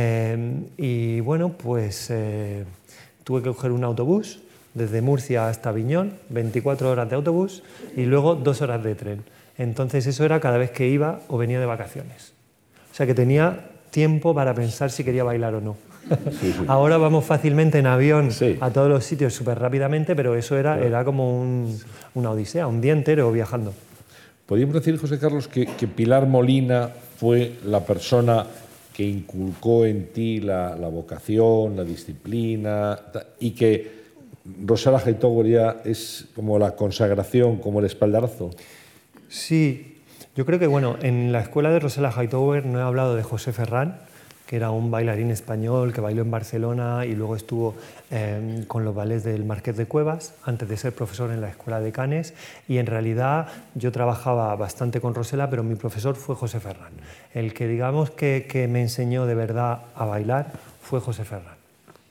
Speaker 2: Y bueno, pues tuve que coger un autobús desde Murcia hasta Aviñón, 24 horas de autobús y luego 2 horas de tren. Entonces eso era cada vez que iba o venía de vacaciones. O sea que tenía tiempo para pensar si quería bailar o no. Sí, sí. Ahora vamos fácilmente en avión a todos los sitios súper rápidamente, pero eso era como una odisea, un día entero viajando.
Speaker 1: ¿Podríamos decir, José Carlos, que Pilar Molina fue la persona que inculcó en ti la vocación, la disciplina, y que Rosella Hightower ya es como la consagración, como el espaldarazo?
Speaker 2: Sí, yo creo que bueno, en la escuela de Rosella Hightower no he hablado de José Ferrán, que era un bailarín español que bailó en Barcelona y luego estuvo con los ballets del Marqués de Cuevas, antes de ser profesor en la Escuela de Cannes, y en realidad yo trabajaba bastante con Rosella, pero mi profesor fue José Ferrán. El que digamos que me enseñó de verdad a bailar fue José Ferrán.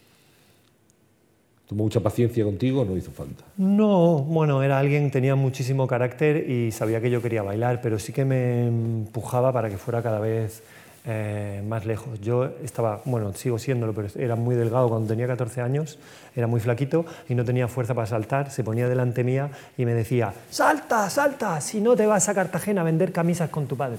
Speaker 1: ¿Tuvo mucha paciencia contigo o no hizo falta?
Speaker 2: No, bueno, era alguien, tenía muchísimo carácter y sabía que yo quería bailar, pero sí que me empujaba para que fuera cada vez más lejos. Yo estaba, bueno, sigo siéndolo, pero era muy delgado cuando tenía 14 años, era muy flaquito y no tenía fuerza para saltar, se ponía delante mía y me decía: ¡salta, salta, si no te vas a Cartagena a vender camisas con tu padre!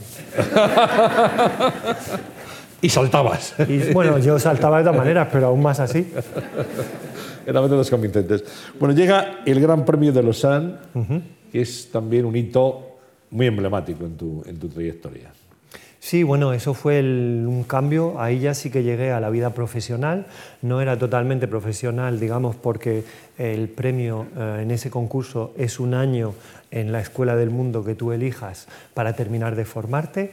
Speaker 1: Y saltabas.
Speaker 2: Y, bueno, yo saltaba de todas maneras, pero aún más así.
Speaker 1: Era de los convincentes. Bueno, llega el Gran Premio de Lausanne, que es también un hito muy emblemático en tu trayectoria.
Speaker 2: Sí, bueno, eso fue un cambio. Ahí ya sí que llegué a la vida profesional. No era totalmente profesional, digamos, porque el premio en ese concurso es un año en la escuela del mundo que tú elijas para terminar de formarte.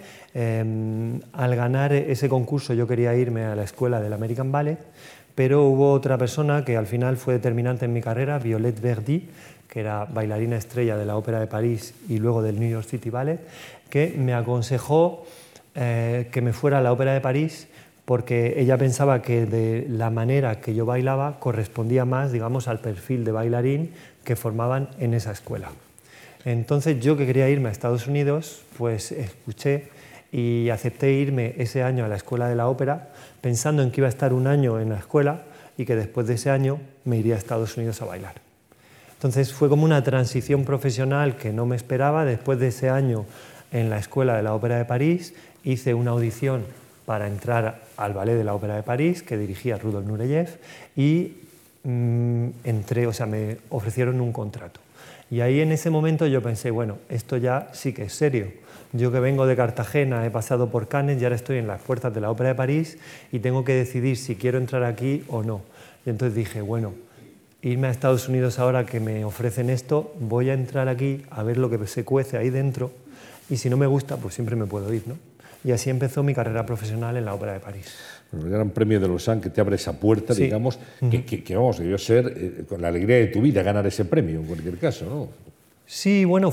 Speaker 2: Al ganar ese concurso yo quería irme a la escuela del American Ballet, pero hubo otra persona que al final fue determinante en mi carrera, Violette Verdi, que era bailarina estrella de la Ópera de París y luego del New York City Ballet, que me aconsejó que me fuera a la Ópera de París porque ella pensaba que de la manera que yo bailaba correspondía más, digamos, al perfil de bailarín que formaban en esa escuela. Entonces yo, que quería irme a Estados Unidos, pues escuché y acepté irme ese año a la Escuela de la Ópera, pensando en que iba a estar un año en la escuela y que después de ese año me iría a Estados Unidos a bailar. Entonces fue como una transición profesional que no me esperaba. Después de ese año en la Escuela de la Ópera de París hice una audición para entrar al Ballet de la Ópera de París que dirigía Rudolf Nureyev y entré, o sea, me ofrecieron un contrato. Y ahí en ese momento yo pensé, bueno, esto ya sí que es serio. Yo, que vengo de Cartagena, he pasado por Cannes y ahora estoy en las puertas de la Ópera de París y tengo que decidir si quiero entrar aquí o no. Y entonces dije, bueno, irme a Estados Unidos ahora que me ofrecen esto, voy a entrar aquí a ver lo que se cuece ahí dentro y si no me gusta, pues siempre me puedo ir, ¿no? Y así empezó mi carrera profesional en la Ópera de París.
Speaker 1: Bueno, el Gran Premio de Lausanne que te abre esa puerta, sí, digamos, que vamos, debió ser con la alegría de tu vida ganar ese premio, en cualquier caso, ¿no?
Speaker 2: Sí, bueno,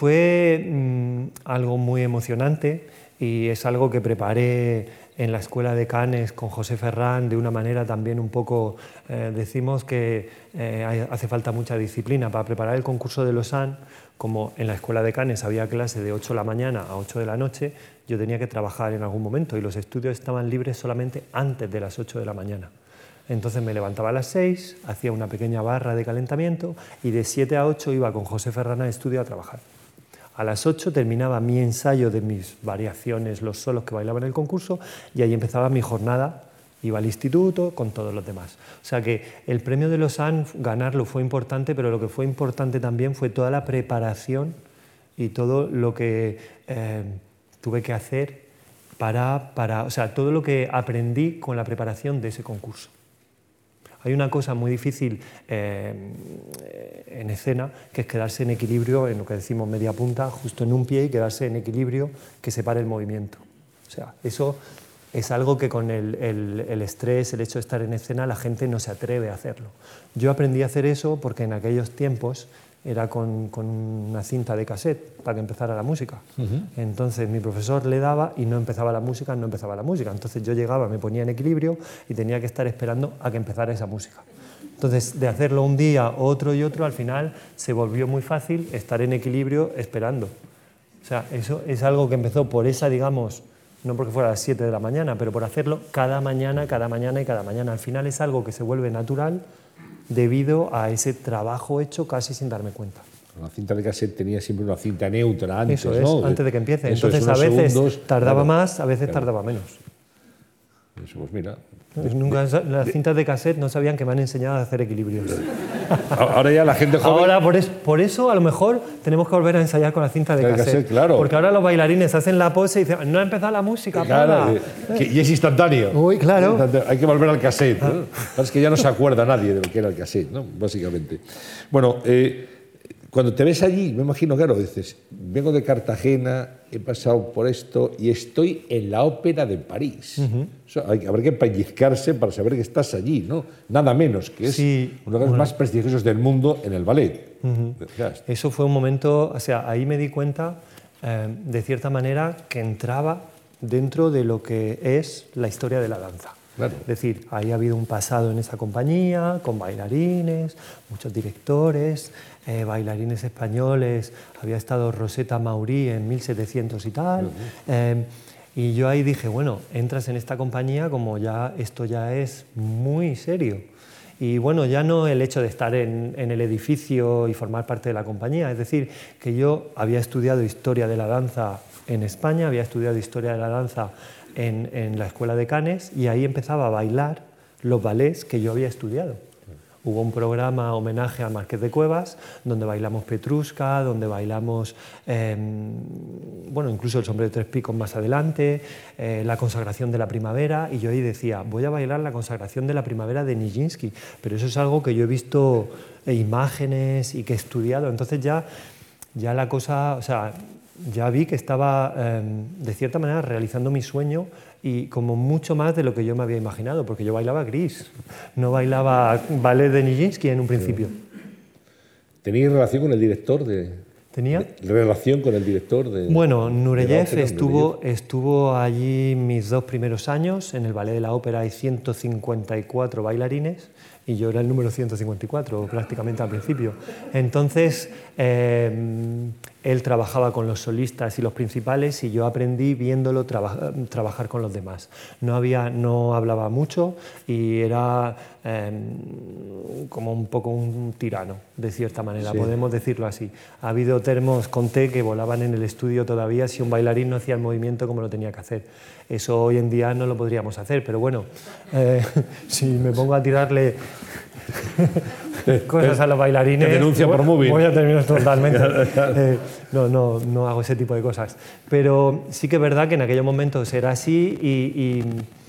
Speaker 2: fue algo muy emocionante y es algo que preparé en la Escuela de Cannes con José Ferrán de una manera también un poco, decimos que hace falta mucha disciplina para preparar el concurso de Lausanne. Como en la Escuela de Cannes había clase de 8 de la mañana a 8 de la noche, yo tenía que trabajar en algún momento y los estudios estaban libres solamente antes de las 8 de la mañana. Entonces me levantaba a las 6, hacía una pequeña barra de calentamiento y de 7 a 8 iba con José Ferrán al estudio a trabajar. A las 8 terminaba mi ensayo de mis variaciones, los solos que bailaba en el concurso, y ahí empezaba mi jornada. Iba al instituto con todos los demás. O sea que el premio de Lausanne, ganarlo fue importante, pero lo que fue importante también fue toda la preparación y todo lo que tuve que hacer o sea, todo lo que aprendí con la preparación de ese concurso. Hay una cosa muy difícil en escena, que es quedarse en equilibrio, en lo que decimos media punta, justo en un pie, y quedarse en equilibrio que separe el movimiento. O sea, eso es algo que con el estrés, el hecho de estar en escena, la gente no se atreve a hacerlo. Yo aprendí a hacer eso porque en aquellos tiempos era con una cinta de cassette para que empezara la música. Entonces mi profesor le daba y no empezaba la música. Entonces yo llegaba, me ponía en equilibrio y tenía que estar esperando a que empezara esa música. Entonces, de hacerlo un día, otro y otro, al final se volvió muy fácil estar en equilibrio esperando. O sea, eso es algo que empezó por esa, digamos, no porque fuera a las 7 de la mañana, pero por hacerlo cada mañana y cada mañana. Al final es algo que se vuelve natural debido a ese trabajo hecho casi sin darme cuenta.
Speaker 1: La cinta de cassette tenía siempre una cinta neutra antes,
Speaker 2: eso es,
Speaker 1: ¿no?
Speaker 2: antes de que empiece. Entonces a veces tardaba más, a veces tardaba menos.
Speaker 1: Eso, pues mira.
Speaker 2: Nunca, las cintas de cassette no sabían que me han enseñado a hacer equilibrios.
Speaker 1: Ahora ya la gente joven...
Speaker 2: Ahora, por eso, a lo mejor, tenemos que volver a ensayar con la cinta de cassette.
Speaker 1: Claro.
Speaker 2: Porque ahora los bailarines hacen la pose y dicen, no ha empezado la música,
Speaker 1: claro, y es instantáneo.
Speaker 2: Uy, claro.
Speaker 1: Hay que volver al cassette, ¿no? Es que ya no se acuerda nadie de lo que era el cassette, ¿no? Básicamente. Bueno, cuando te ves allí, me imagino, claro, dices, vengo de Cartagena, he pasado por esto y estoy en la Ópera de París. O sea, habrá que pellizcarse para saber que estás allí, ¿no? Nada menos, que es uno de los más prestigiosos del mundo en el ballet.
Speaker 2: Eso fue un momento, o sea, ahí me di cuenta, de cierta manera, que entraba dentro de lo que es la historia de la danza.
Speaker 1: Claro.
Speaker 2: Es decir, ahí ha habido un pasado en esa compañía, con bailarines, muchos directores, bailarines españoles, había estado Rosetta Maurí en 1700 y tal, y yo ahí dije, bueno, entras en esta compañía como ya esto ya es muy serio. Y bueno, ya no el hecho de estar en el edificio y formar parte de la compañía, es decir, que yo había estudiado historia de la danza en España, había estudiado historia de la danza en la Escuela de Cannes y ahí empezaba a bailar los ballets que yo había estudiado. Hubo un programa homenaje a Marqués de Cuevas, donde bailamos Petrushka, donde bailamos, bueno, incluso el Sombrero de Tres Picos más adelante, la Consagración de la Primavera, y yo ahí decía, voy a bailar la Consagración de la Primavera de Nijinsky, pero eso es algo que yo he visto imágenes y que he estudiado, entonces ya la cosa, o sea, ya vi que estaba, de cierta manera, realizando mi sueño y como mucho más de lo que yo me había imaginado, porque yo bailaba gris, no bailaba ballet de Nijinsky en un principio.
Speaker 1: ¿Tenías relación con el director de...?
Speaker 2: ¿Tenía?
Speaker 1: ¿Relación con el director de...?
Speaker 2: Bueno, Nureyev estuvo allí mis 2 primeros años, en el ballet de la ópera hay 154 bailarines, y yo era el número 154 prácticamente al principio. Entonces, él trabajaba con los solistas y los principales y yo aprendí viéndolo trabajar con los demás. No hablaba mucho y era como un poco un tirano, de cierta manera, podemos decirlo así. Ha habido termos con té que volaban en el estudio todavía si un bailarín no hacía el movimiento como lo tenía que hacer. Eso hoy en día no lo podríamos hacer, pero bueno, si me pongo a tirarle cosas a los bailarines...
Speaker 1: Te denuncia por móvil.
Speaker 2: Voy a terminar totalmente. No hago ese tipo de cosas. Pero sí que es verdad que en aquellos momentos era así y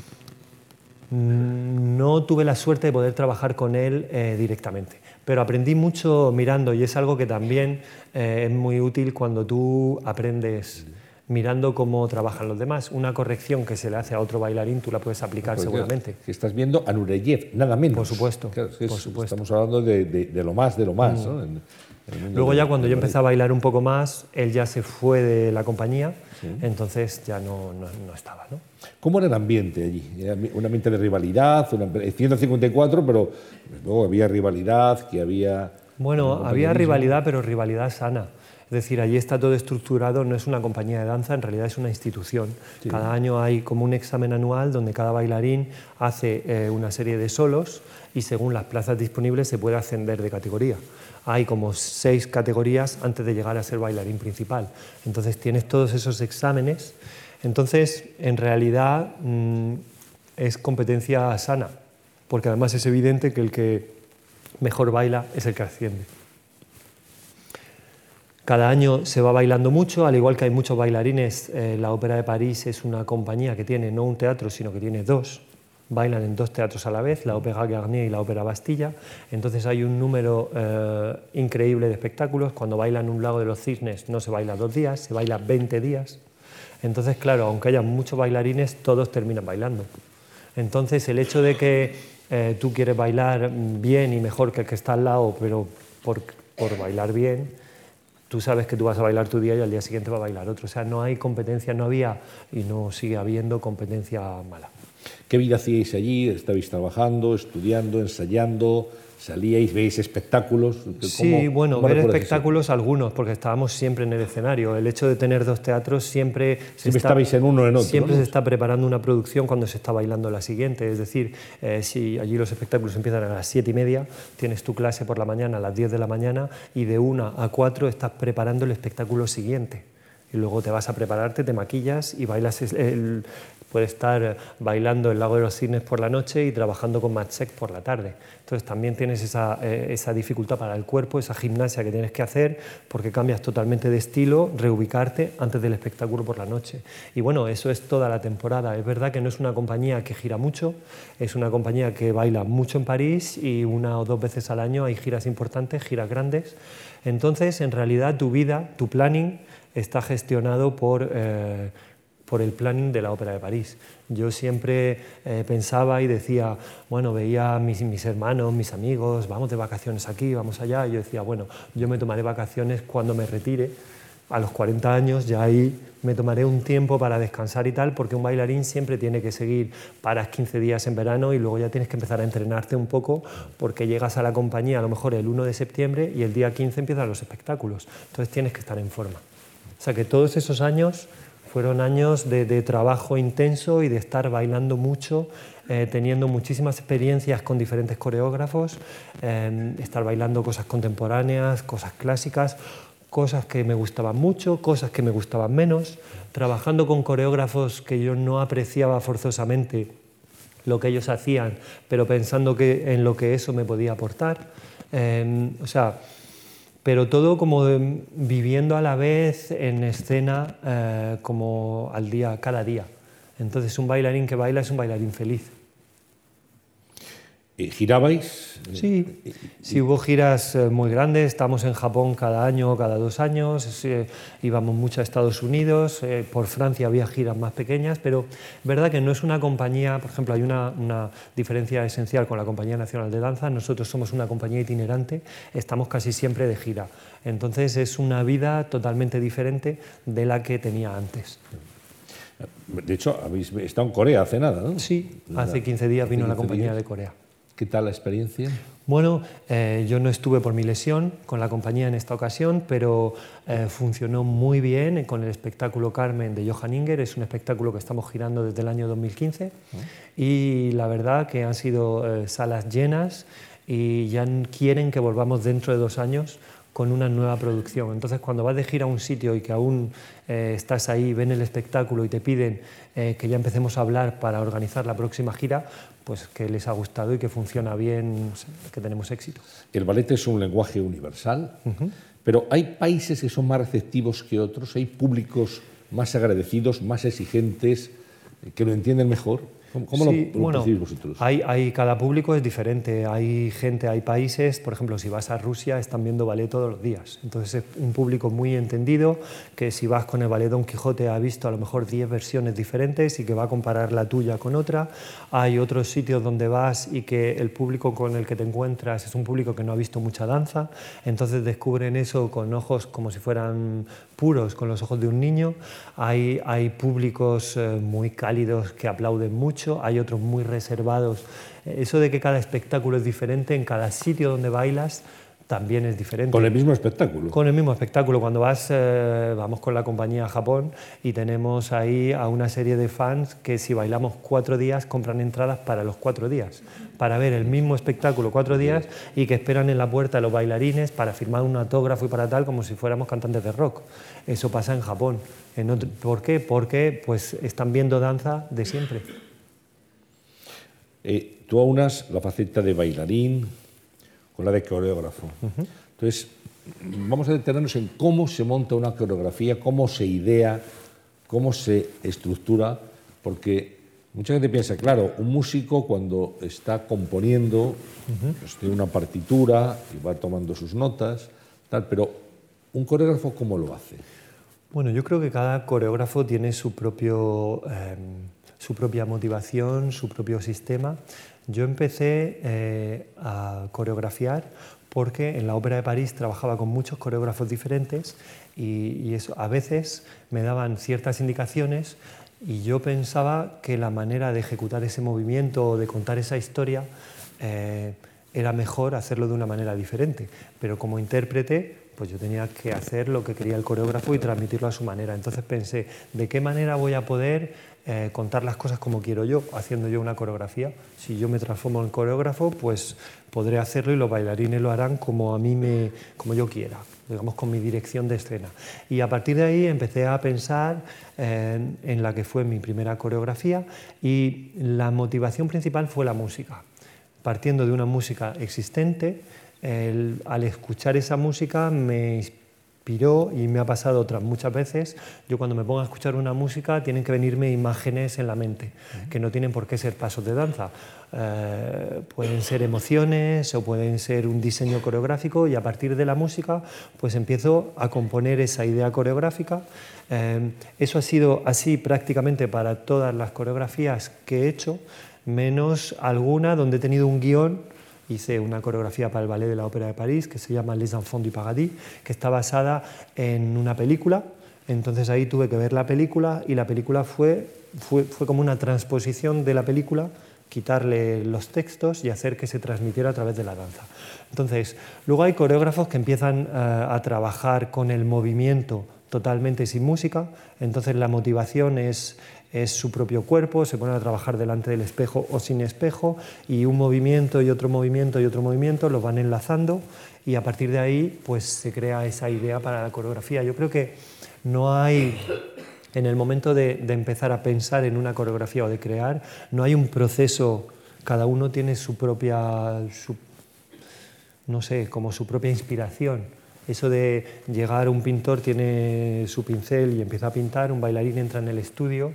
Speaker 2: no tuve la suerte de poder trabajar con él directamente. Pero aprendí mucho mirando y es algo que también es muy útil cuando tú aprendes mirando cómo trabajan los demás. Una corrección que se le hace a otro bailarín tú la puedes aplicar seguramente.
Speaker 1: Que estás viendo a Nureyev, nada menos.
Speaker 2: Por supuesto,
Speaker 1: claro,
Speaker 2: por supuesto.
Speaker 1: Estamos hablando de lo más, ¿no?
Speaker 2: Luego ya cuando yo empecé a bailar un poco más, él ya se fue de la compañía, entonces ya no estaba, ¿no?
Speaker 1: ¿Cómo era el ambiente allí? ¿Era un ambiente de rivalidad? 154, pero luego había rivalidad, que había...
Speaker 2: Bueno, había rivalidad, pero rivalidad sana. Es decir, allí está todo estructurado, no es una compañía de danza, en realidad es una institución. Sí. Cada año hay como un examen anual donde cada bailarín hace una serie de solos y según las plazas disponibles se puede ascender de categoría. Hay como 6 categorías antes de llegar a ser bailarín principal. Entonces tienes todos esos exámenes. Entonces, en realidad, es competencia sana, porque además es evidente que el que mejor baila es el que asciende. Cada año se va bailando mucho, al igual que hay muchos bailarines. La Ópera de París es una compañía que tiene no un teatro, sino que tiene 2. Bailan en 2 teatros a la vez, la Ópera Garnier y la Ópera Bastilla. Entonces hay un número increíble de espectáculos. Cuando bailan un Lago de los Cisnes no se baila 2 días, se baila 20 días. Entonces, claro, aunque haya muchos bailarines, todos terminan bailando. Entonces, el hecho de que tú quieres bailar bien y mejor que el que está al lado, pero por bailar bien, tú sabes que tú vas a bailar tu día y al día siguiente va a bailar otro. O sea, no hay competencia, no había y no sigue habiendo competencia mala.
Speaker 1: ¿Qué vida hacíais allí? ¿Estabais trabajando, estudiando, ensayando? ¿Salíais, veis espectáculos?
Speaker 2: Sí, bueno, ver espectáculos algunos, porque estábamos siempre en el escenario. El hecho de tener 2 teatros siempre
Speaker 1: estabais en uno en otro.
Speaker 2: Siempre se está preparando una producción cuando se está bailando la siguiente. Es decir, si allí los espectáculos empiezan a las 7:30, tienes tu clase por la mañana a las 10 de la mañana y de 1 a 4 estás preparando el espectáculo siguiente. y luego te vas a prepararte, te maquillas y bailas. Puedes estar bailando el Lago de los Cisnes por la noche y trabajando con Matsek por la tarde. Entonces también tienes esa dificultad para el cuerpo, esa gimnasia que tienes que hacer, porque cambias totalmente de estilo, reubicarte antes del espectáculo por la noche. Y bueno, eso es toda la temporada. Es verdad que no es una compañía que gira mucho, es una compañía que baila mucho en París y 1 o 2 veces al año hay giras importantes, giras grandes. Entonces, en realidad, tu vida, tu planning, está gestionado por el planning de la Ópera de París. Yo siempre pensaba y decía, bueno, veía a mis hermanos, mis amigos, vamos de vacaciones aquí, vamos allá, y yo decía, bueno, yo me tomaré vacaciones cuando me retire, a los 40 años, ya ahí me tomaré un tiempo para descansar y tal, porque un bailarín siempre tiene que seguir, paras 15 días en verano y luego ya tienes que empezar a entrenarte un poco, porque llegas a la compañía a lo mejor el 1 de septiembre y el día 15 empiezan los espectáculos, entonces tienes que estar en forma. O sea que todos esos años fueron años de trabajo intenso y de estar bailando mucho, teniendo muchísimas experiencias con diferentes coreógrafos, estar bailando cosas contemporáneas, cosas clásicas, cosas que me gustaban mucho, cosas que me gustaban menos, trabajando con coreógrafos que yo no apreciaba forzosamente lo que ellos hacían, pero pensando en lo que eso me podía aportar. Pero todo como viviendo a la vez en escena, como al día, cada día. Entonces un bailarín que baila es un bailarín feliz.
Speaker 1: ¿Girabais?
Speaker 2: Sí, hubo giras muy grandes. Estamos en Japón cada año, cada 2 años. Íbamos mucho a Estados Unidos. Por Francia había giras más pequeñas, pero es verdad que no es una compañía. Por ejemplo, hay una diferencia esencial con la Compañía Nacional de Danza. Nosotros somos una compañía itinerante, estamos casi siempre de gira. Entonces es una vida totalmente diferente de la que tenía antes.
Speaker 1: De hecho, habéis estado en Corea hace nada, ¿no?
Speaker 2: Sí, hace 15 días vino la compañía de Corea.
Speaker 1: ¿Qué tal la experiencia?
Speaker 2: Bueno, yo no estuve por mi lesión con la compañía en esta ocasión, pero funcionó muy bien con el espectáculo Carmen de Johan Inger. Es un espectáculo que estamos girando desde el año 2015 y la verdad que han sido salas llenas y ya quieren que volvamos dentro de 2 años con una nueva producción. Entonces, cuando vas de gira a un sitio y que aún estás ahí, ven el espectáculo y te piden que ya empecemos a hablar para organizar la próxima gira, pues que les ha gustado y que funciona bien, que tenemos éxito.
Speaker 1: El ballet es un lenguaje universal, pero hay países que son más receptivos que otros, hay públicos más agradecidos, más exigentes, que lo entienden mejor. ¿Cómo lo percibís vosotros?
Speaker 2: Cada público es diferente. Hay gente, hay países, por ejemplo, si vas a Rusia están viendo ballet todos los días. Entonces es un público muy entendido, que si vas con el ballet Don Quijote ha visto a lo mejor 10 versiones diferentes y que va a comparar la tuya con otra. Hay otros sitios donde vas y que el público con el que te encuentras es un público que no ha visto mucha danza, entonces descubren eso con ojos como si fueran puros, con los ojos de un niño. Hay públicos muy cálidos que aplauden mucho, hay otros muy reservados. Eso de que cada espectáculo es diferente, en cada sitio donde bailas también es diferente.
Speaker 1: ¿Con el mismo espectáculo?
Speaker 2: Con el mismo espectáculo. Cuando vamos con la compañía a Japón y tenemos ahí a una serie de fans que si bailamos 4 días compran entradas para los 4 días, para ver el mismo espectáculo 4 días y que esperan en la puerta a los bailarines para firmar un autógrafo y para tal, como si fuéramos cantantes de rock. Eso pasa en Japón. ¿Por qué? Porque pues, están viendo danza de siempre.
Speaker 1: Tú aunas la faceta de bailarín con la de coreógrafo. Entonces, vamos a detenernos en cómo se monta una coreografía, cómo se idea, cómo se estructura, porque mucha gente piensa, claro, un músico cuando está componiendo, pues tiene una partitura y va tomando sus notas, tal, pero un coreógrafo, ¿cómo lo hace?
Speaker 2: Bueno, yo creo que cada coreógrafo tiene su propia motivación, su propio sistema. Yo empecé a coreografiar porque en la Ópera de París trabajaba con muchos coreógrafos diferentes y eso, a veces me daban ciertas indicaciones y yo pensaba que la manera de ejecutar ese movimiento o de contar esa historia era mejor hacerlo de una manera diferente. Pero como intérprete pues yo tenía que hacer lo que quería el coreógrafo y transmitirlo a su manera. Entonces pensé, ¿de qué manera voy a poder contar las cosas como quiero yo, haciendo yo una coreografía? Si yo me transformo en coreógrafo, pues podré hacerlo y los bailarines lo harán como como yo quiera, digamos, con mi dirección de escena. Y a partir de ahí empecé a pensar en la que fue mi primera coreografía, y la motivación principal fue la música. Partiendo de una música existente, al escuchar esa música me inspiró, y me ha pasado otras muchas veces. Yo cuando me pongo a escuchar una música tienen que venirme imágenes en la mente, que no tienen por qué ser pasos de danza. Pueden ser emociones o pueden ser un diseño coreográfico, y a partir de la música pues empiezo a componer esa idea coreográfica. Eso ha sido así prácticamente para todas las coreografías que he hecho, menos alguna donde he tenido un guión. Hice una coreografía para el Ballet de la Ópera de París que se llama Les Enfants du Paradis, que está basada en una película. Entonces ahí tuve que ver la película, y la película fue como una transposición de la película, quitarle los textos y hacer que se transmitiera a través de la danza. Entonces, luego hay coreógrafos que empiezan a trabajar con el movimiento totalmente sin música. Entonces la motivación es su propio cuerpo, se ponen a trabajar delante del espejo o sin espejo, y un movimiento y otro movimiento y otro movimiento los van enlazando, y a partir de ahí pues se crea esa idea para la coreografía. Yo creo que no hay, en el momento de empezar a pensar en una coreografía o de crear, no hay un proceso, cada uno tiene su propia, no sé, como su propia inspiración. Eso de llegar, un pintor tiene su pincel y empieza a pintar, un bailarín entra en el estudio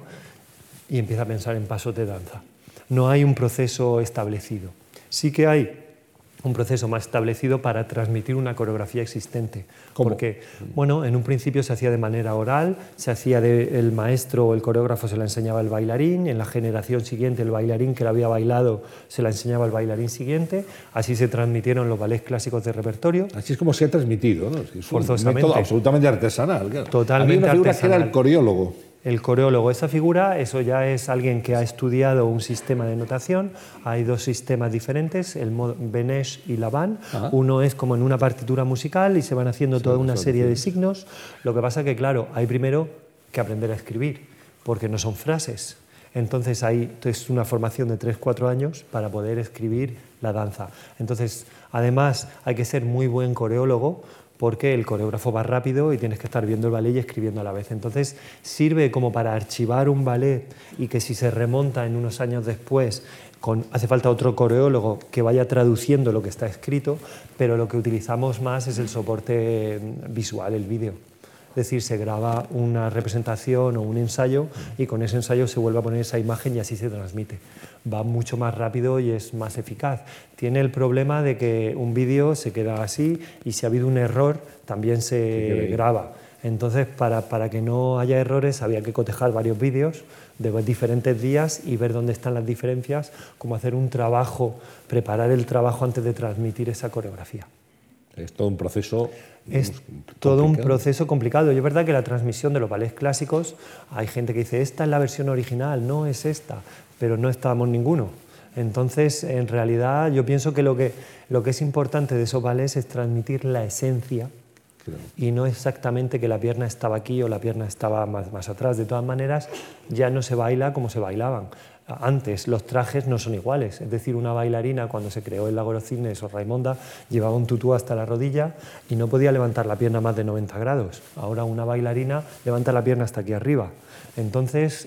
Speaker 2: y empieza a pensar en pasos de danza. No hay un proceso establecido. Sí que hay un proceso más establecido para transmitir una coreografía existente.
Speaker 1: ¿Cómo?
Speaker 2: Porque, bueno, en un principio se hacía de manera oral, se hacía el maestro o el coreógrafo se la enseñaba al bailarín, en la generación siguiente el bailarín que la había bailado se la enseñaba al bailarín siguiente, así se transmitieron los ballets clásicos de repertorio.
Speaker 1: Así es como se ha transmitido, ¿no? Es
Speaker 2: Forzosamente.
Speaker 1: un método absolutamente artesanal. Claro.
Speaker 2: Totalmente
Speaker 1: Había una figura
Speaker 2: artesanal.
Speaker 1: que era el coreólogo.
Speaker 2: El coreólogo, esa figura, eso ya es alguien que ha estudiado un sistema de notación. Hay dos sistemas diferentes, el Beneš y Laban. Uno es como en una partitura musical y se van haciendo toda una serie de signos. Lo que pasa que, claro, hay primero que aprender a escribir, porque no son frases. Entonces es una formación de 3-4 años para poder escribir la danza. Entonces, además, hay que ser muy buen coreólogo, porque el coreógrafo va rápido y tienes que estar viendo el ballet y escribiendo a la vez. Entonces sirve como para archivar un ballet, y que si se remonta en unos años después, hace falta otro coreólogo que vaya traduciendo lo que está escrito, pero lo que utilizamos más es el soporte visual, el vídeo. Es decir, se graba una representación o un ensayo y con ese ensayo se vuelve a poner esa imagen y así se transmite. Va mucho más rápido y es más eficaz. Tiene el problema de que un vídeo se queda así y si ha habido un error también se graba. Entonces, para que no haya errores había que cotejar varios vídeos de diferentes días y ver dónde están las diferencias, como hacer un trabajo, preparar el trabajo antes de transmitir esa coreografía.
Speaker 1: Es todo un proceso.
Speaker 2: Es todo un proceso complicado. Y es verdad que la transmisión de los ballets clásicos, hay gente que dice, esta es la versión original, no es esta, pero no estábamos ninguno. Entonces, en realidad, yo pienso que lo que es importante de esos ballets es transmitir la esencia, claro, y no exactamente que la pierna estaba aquí o la pierna estaba más atrás. De todas maneras, ya no se baila como se bailaban. Antes los trajes no son iguales, es decir, una bailarina cuando se creó el Lago de los Cisnes o Raimonda llevaba un tutú hasta la rodilla y no podía levantar la pierna más de 90 grados. Ahora una bailarina levanta la pierna hasta aquí arriba. Entonces,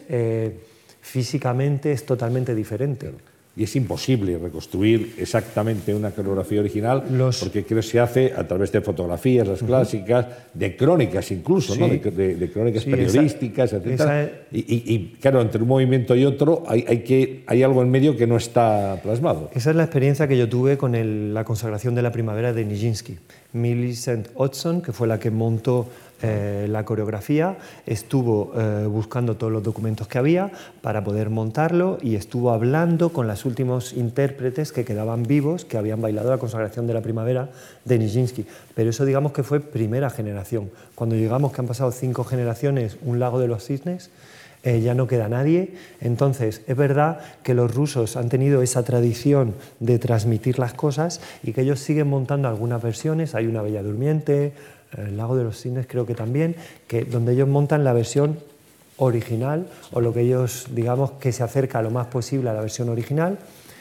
Speaker 2: físicamente es totalmente diferente.
Speaker 1: Y es imposible reconstruir exactamente una coreografía original, porque creo que se hace a través de fotografías, las clásicas, de crónicas incluso, sí, ¿no? de crónicas periodísticas, etc. Y claro, entre un movimiento y otro hay algo en medio que no está plasmado.
Speaker 2: Esa es la experiencia que yo tuve con la consagración de la primavera de Nijinsky. Millicent Hodgson, que fue la que montó la coreografía, estuvo buscando todos los documentos que había para poder montarlo y estuvo hablando con los últimos intérpretes que quedaban vivos, que habían bailado la consagración de la primavera de Nijinsky. Pero eso digamos que fue primera generación. Cuando llegamos, que han pasado 5 generaciones, un Lago de los Cisnes, ya no queda nadie. Entonces, es verdad que los rusos han tenido esa tradición de transmitir las cosas y que ellos siguen montando algunas versiones. Hay una Bella Durmiente, El Lago de los Cisnes creo que también, donde ellos montan la versión original, o lo que ellos, digamos, que se acerca lo más posible a la versión original.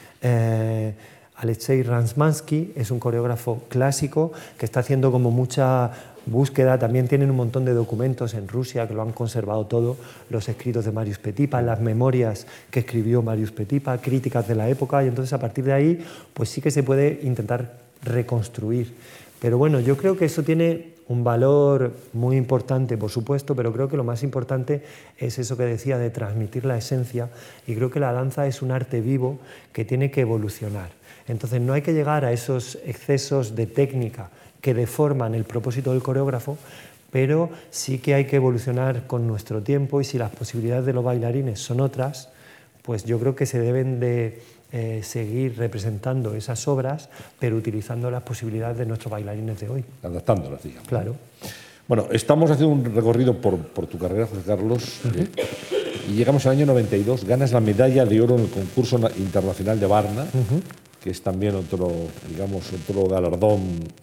Speaker 2: Alexei Razmansky es un coreógrafo clásico que está haciendo como mucha búsqueda. También tienen un montón de documentos en Rusia que lo han conservado todo, los escritos de Marius Petipa, las memorias que escribió Marius Petipa, críticas de la época, y entonces a partir de ahí pues sí que se puede intentar reconstruir. Pero bueno, yo creo que eso tiene un valor muy importante, por supuesto, pero creo que lo más importante es eso que decía de transmitir la esencia, y creo que la danza es un arte vivo que tiene que evolucionar. Entonces no hay que llegar a esos excesos de técnica que deforman el propósito del coreógrafo, pero sí que hay que evolucionar con nuestro tiempo, y si las posibilidades de los bailarines son otras, pues yo creo que se deben de seguir representando esas obras, pero utilizando las posibilidades de nuestros bailarines de hoy.
Speaker 1: Adaptándolas, digamos.
Speaker 2: Claro.
Speaker 1: Bueno, estamos haciendo un recorrido por tu carrera, José Carlos, y llegamos al año 92, ganas la medalla de oro en el concurso internacional de Varna, que es también otro, digamos, otro galardón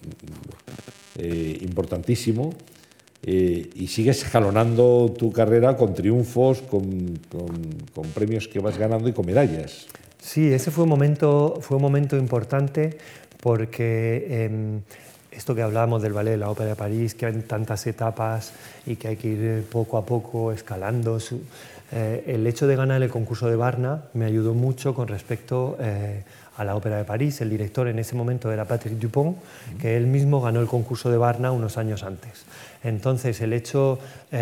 Speaker 1: importantísimo, y sigues jalonando tu carrera con triunfos, con premios que vas ganando y con medallas.
Speaker 2: Sí, ese fue un momento importante, porque esto que hablábamos del ballet de la Ópera de París, que hay tantas etapas y que hay que ir poco a poco escalando. El hecho de ganar el concurso de Varna me ayudó mucho con respecto a la Ópera de París. El director en ese momento era Patrick Dupont, que él mismo ganó el concurso de Varna unos años antes. Entonces, el hecho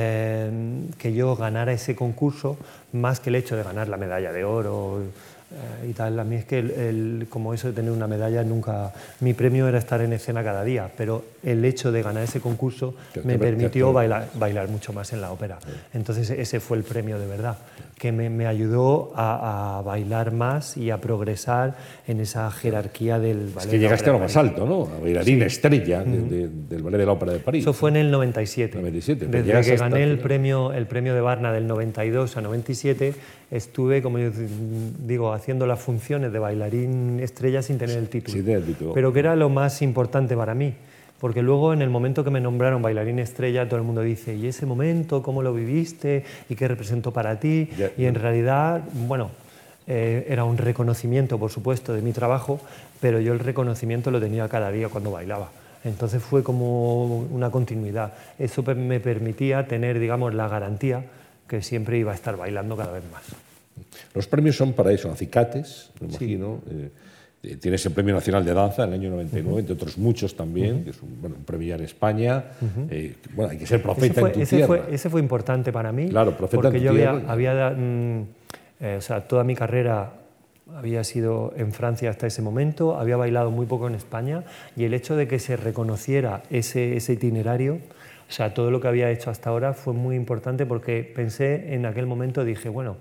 Speaker 2: que yo ganara ese concurso, más que el hecho de ganar la medalla de oro y tal, a mí es que como eso de tener una medalla, nunca... Mi premio era estar en escena cada día, pero el hecho de ganar ese concurso me permitió bailar mucho más en la ópera. Entonces ese fue el premio de verdad, que me ayudó a bailar más y a progresar en esa jerarquía del ballet.
Speaker 1: Es que llegaste a lo más alto, ¿no? A bailarina estrella del ballet de la Ópera de París.
Speaker 2: Eso fue en el 97. Desde que gané el premio de Varna del 92 a 97, estuve, como yo digo, haciendo las funciones de bailarín estrella sin tener el título.
Speaker 1: Sin tener el título.
Speaker 2: Pero que era lo más importante para mí, porque luego en el momento que me nombraron bailarín estrella, todo el mundo dice, ¿y ese momento cómo lo viviste? ¿Y qué representó para ti? Y en realidad, bueno, era un reconocimiento, por supuesto, de mi trabajo, pero yo el reconocimiento lo tenía cada día cuando bailaba. Entonces fue como una continuidad. Eso me permitía tener, digamos, la garantía que siempre iba a estar bailando cada vez más.
Speaker 1: Los premios son para eso, acicates, me imagino. Tienes el Premio Nacional de Danza en el año 99, entre otros muchos también, que es un premio ya en España. Bueno, hay que ser profeta en tu tierra.
Speaker 2: Ese fue importante para mí,
Speaker 1: claro, profeta
Speaker 2: porque
Speaker 1: en tu
Speaker 2: yo
Speaker 1: tierra.
Speaker 2: O sea, toda mi carrera había sido en Francia hasta ese momento, había bailado muy poco en España, y el hecho de que se reconociera ese itinerario, o sea, todo lo que había hecho hasta ahora, fue muy importante, porque pensé en aquel momento, dije, bueno,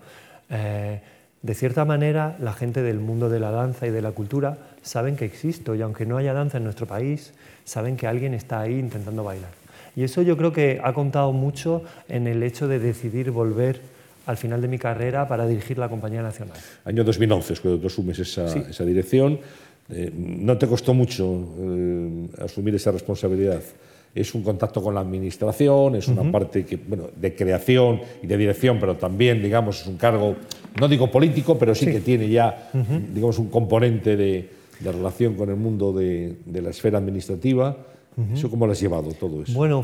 Speaker 2: de cierta manera la gente del mundo de la danza y de la cultura saben que existo, y aunque no haya danza en nuestro país, saben que alguien está ahí intentando bailar. Y eso yo creo que ha contado mucho en el hecho de decidir volver al final de mi carrera para dirigir la Compañía Nacional.
Speaker 1: Año 2011 es cuando tú asumes esa dirección. ¿No te costó mucho asumir esa responsabilidad? Es un contacto con la administración, es una parte que, bueno, de creación y de dirección, pero también, digamos, es un cargo, no digo político, pero sí que tiene ya, digamos, un componente de relación con el mundo de la esfera administrativa. ¿Eso cómo lo has llevado, todo eso?
Speaker 2: Bueno,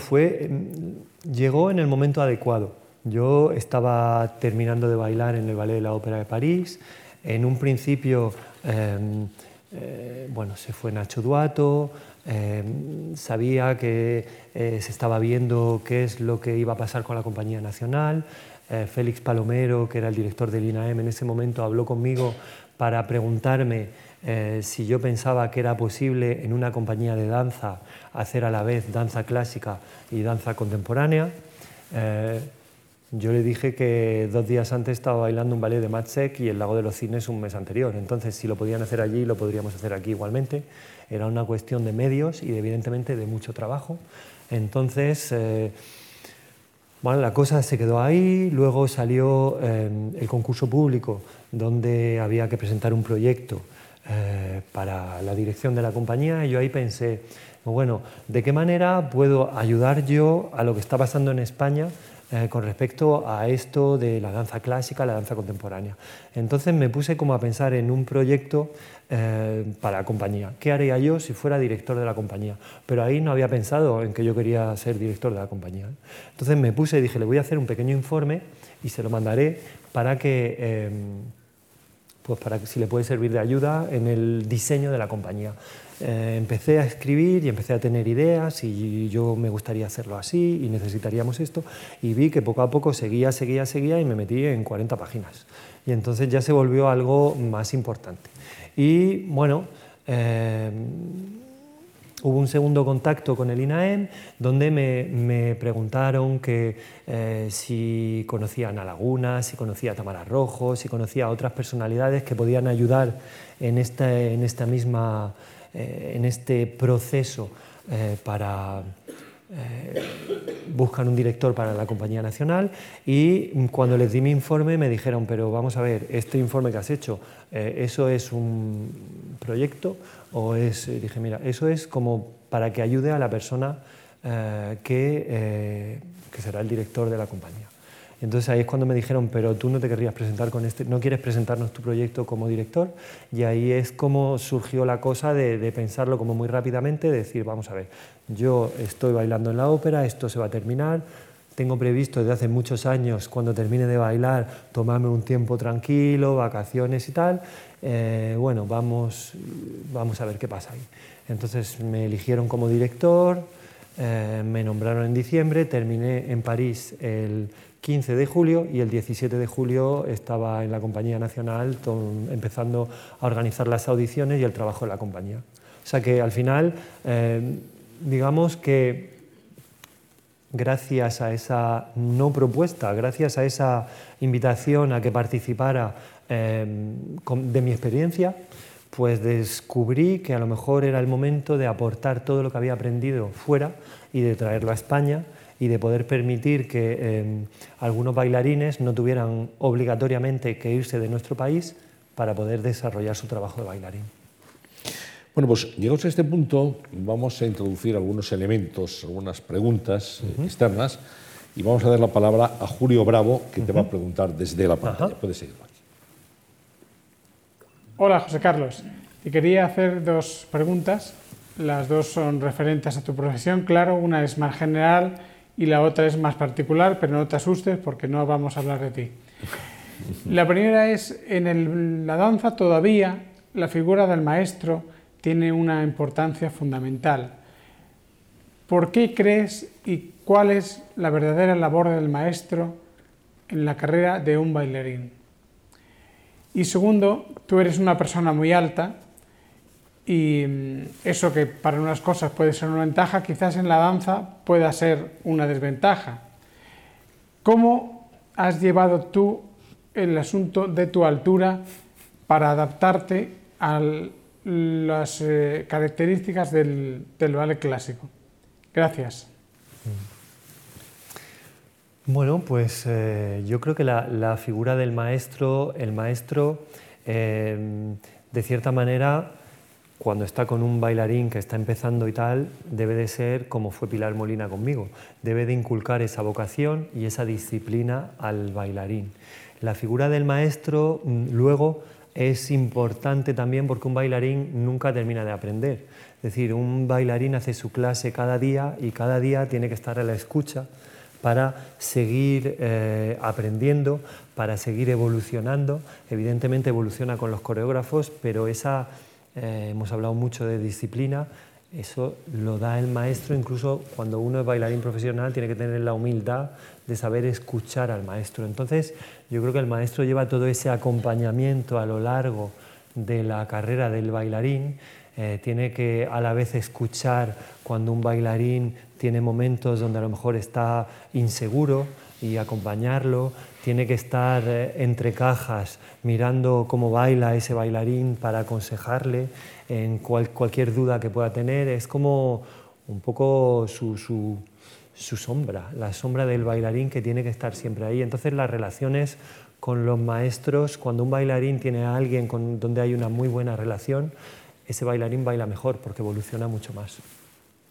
Speaker 2: llegó en el momento adecuado. Yo estaba terminando de bailar en el Ballet de la Ópera de París. En un principio, bueno, se fue Nacho Duato. Sabía que se estaba viendo qué es lo que iba a pasar con la Compañía Nacional. Félix Palomero, que era el director del INAEM en ese momento, habló conmigo para preguntarme si yo pensaba que era posible en una compañía de danza hacer a la vez danza clásica y danza contemporánea. Yo le dije que 2 días antes estaba bailando un ballet de Matzek y el Lago de los Cisnes un mes anterior. Entonces, si lo podían hacer allí, lo podríamos hacer aquí igualmente. Era una cuestión de medios y, evidentemente, de mucho trabajo. Entonces, bueno, la cosa se quedó ahí. Luego salió el concurso público, donde había que presentar un proyecto para la dirección de la compañía. Y yo ahí pensé, Pues bueno, ¿de qué manera puedo ayudar yo a lo que está pasando en España con respecto a esto de la danza clásica, la danza contemporánea? Entonces me puse como a pensar en un proyecto para la compañía. ¿Qué haría yo si fuera director de la compañía? Pero ahí no había pensado en que yo quería ser director de la compañía. Entonces me puse y dije, le voy a hacer un pequeño informe y se lo mandaré para que, pues para que si le puede servir de ayuda en el diseño de la compañía. Empecé a escribir y empecé a tener ideas y yo me gustaría hacerlo así y necesitaríamos esto, y vi que poco a poco seguía y me metí en 40 páginas y entonces ya se volvió algo más importante. Y bueno, hubo un segundo contacto con el INAEM donde me preguntaron que si conocía a Ana Laguna, si conocía a Tamara Rojo, si conocía a otras personalidades que podían ayudar en este proceso para buscar un director para la Compañía Nacional, y cuando les di mi informe me dijeron, pero vamos a ver, este informe que has hecho, ¿eso es un proyecto? O es, dije, mira, eso es como para que ayude a la persona que será el director de la compañía. Entonces ahí es cuando me dijeron, pero tú no te querrías presentar con ¿no quieres presentarnos tu proyecto como director? Y ahí es como surgió la cosa de pensarlo como muy rápidamente, de decir, vamos a ver, yo estoy bailando en la ópera, esto se va a terminar, tengo previsto desde hace muchos años, cuando termine de bailar, tomarme un tiempo tranquilo, vacaciones y tal, bueno, vamos a ver qué pasa ahí. Entonces me eligieron como director, me nombraron en diciembre, terminé en París el 15 de julio y el 17 de julio estaba en la Compañía Nacional empezando a organizar las audiciones y el trabajo de la compañía. O sea que al final, digamos que gracias a esa no propuesta, gracias a esa invitación a que participara de mi experiencia, pues descubrí que a lo mejor era el momento de aportar todo lo que había aprendido fuera y de traerlo a España, y de poder permitir que algunos bailarines no tuvieran obligatoriamente que irse de nuestro país para poder desarrollar su trabajo de bailarín.
Speaker 1: Bueno, pues llegados a este punto vamos a introducir algunos elementos, algunas preguntas externas, y vamos a dar la palabra a Julio Bravo, que te va a preguntar desde la pantalla. Puedes seguirlo aquí.
Speaker 3: Hola, José Carlos. Te quería hacer dos preguntas. Las dos son referentes a tu profesión, claro. Una es más general y la otra es más particular, pero no te asustes porque no vamos a hablar de ti. La primera es, en la danza todavía la figura del maestro tiene una importancia fundamental. ¿Por qué crees y cuál es la verdadera labor del maestro en la carrera de un bailarín? Y segundo, tú eres una persona muy alta y eso que para unas cosas puede ser una ventaja, quizás en la danza pueda ser una desventaja. ¿Cómo has llevado tú el asunto de tu altura para adaptarte a las características del ballet clásico? Gracias.
Speaker 2: Bueno, pues yo creo que la figura del maestro, de cierta manera, cuando está con un bailarín que está empezando y tal, debe de ser como fue Pilar Molina conmigo, debe de inculcar esa vocación y esa disciplina al bailarín. La figura del maestro luego es importante también porque un bailarín nunca termina de aprender. Es decir, un bailarín hace su clase cada día y cada día tiene que estar a la escucha para seguir aprendiendo, para seguir evolucionando. Evidentemente evoluciona con los coreógrafos, pero hemos hablado mucho de disciplina, eso lo da el maestro. Incluso cuando uno es bailarín profesional tiene que tener la humildad de saber escuchar al maestro. Entonces yo creo que el maestro lleva todo ese acompañamiento a lo largo de la carrera del bailarín. Tiene que a la vez escuchar cuando un bailarín tiene momentos donde a lo mejor está inseguro y acompañarlo. Tiene que estar entre cajas mirando cómo baila ese bailarín para aconsejarle en cualquier duda que pueda tener. Es como un poco su sombra, la sombra del bailarín que tiene que estar siempre ahí. Entonces las relaciones con los maestros, cuando un bailarín tiene a alguien donde hay una muy buena relación, ese bailarín baila mejor porque evoluciona mucho más.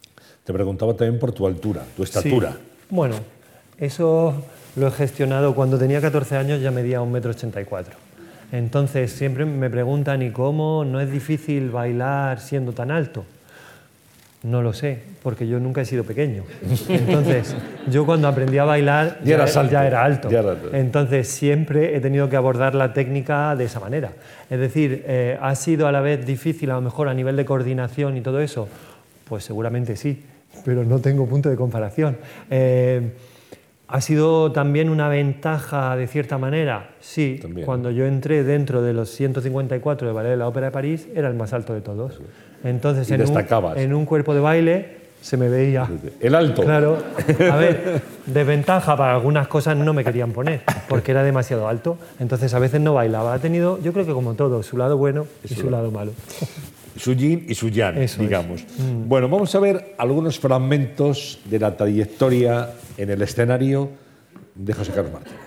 Speaker 1: Te preguntaba también por tu altura, tu estatura.
Speaker 2: Sí. Bueno, eso lo he gestionado. Cuando tenía 14 años ya medía 1,84 m. Entonces siempre me preguntan, ¿y cómo no es difícil bailar siendo tan alto? No lo sé, porque yo nunca he sido pequeño. Entonces, yo cuando aprendí a bailar ya era alto. Entonces, siempre he tenido que abordar la técnica de esa manera. Es decir, ¿ha sido a la vez difícil, a lo mejor a nivel de coordinación y todo eso? Pues seguramente sí, pero no tengo punto de comparación. ¿Ha sido también una ventaja de cierta manera? Sí, también. Cuando yo entré dentro de los 154 de Ballet de la Ópera de París, era el más alto de todos. Entonces, en un cuerpo de baile se me veía.
Speaker 1: El alto.
Speaker 2: Claro. A ver, desventaja para algunas cosas no me querían poner, porque era demasiado alto. Entonces, a veces no bailaba. Ha tenido, yo creo que como todo, su lado bueno y su lado malo.
Speaker 1: Su yin y su yang, digamos. Bueno, vamos a ver algunos fragmentos de la trayectoria en el escenario de José Carlos Martínez.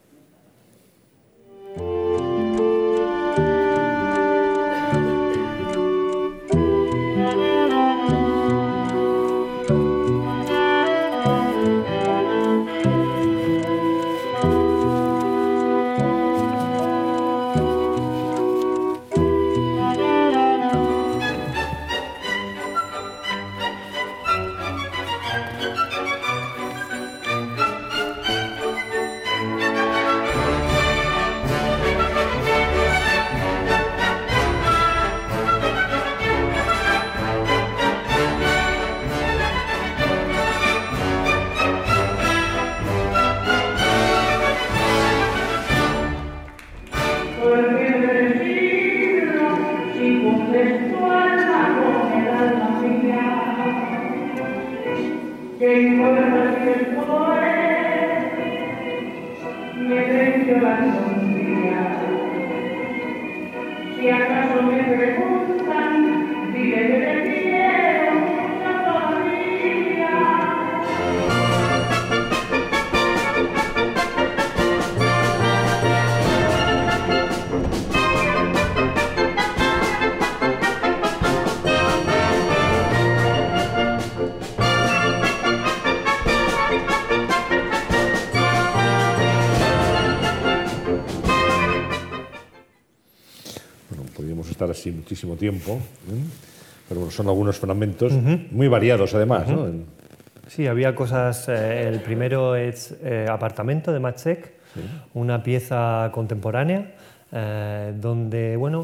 Speaker 1: Así muchísimo tiempo, pero bueno, son algunos fragmentos muy variados además, ¿no?
Speaker 2: Sí, había cosas. El primero es Apartamento de Matzek, una pieza contemporánea donde, bueno,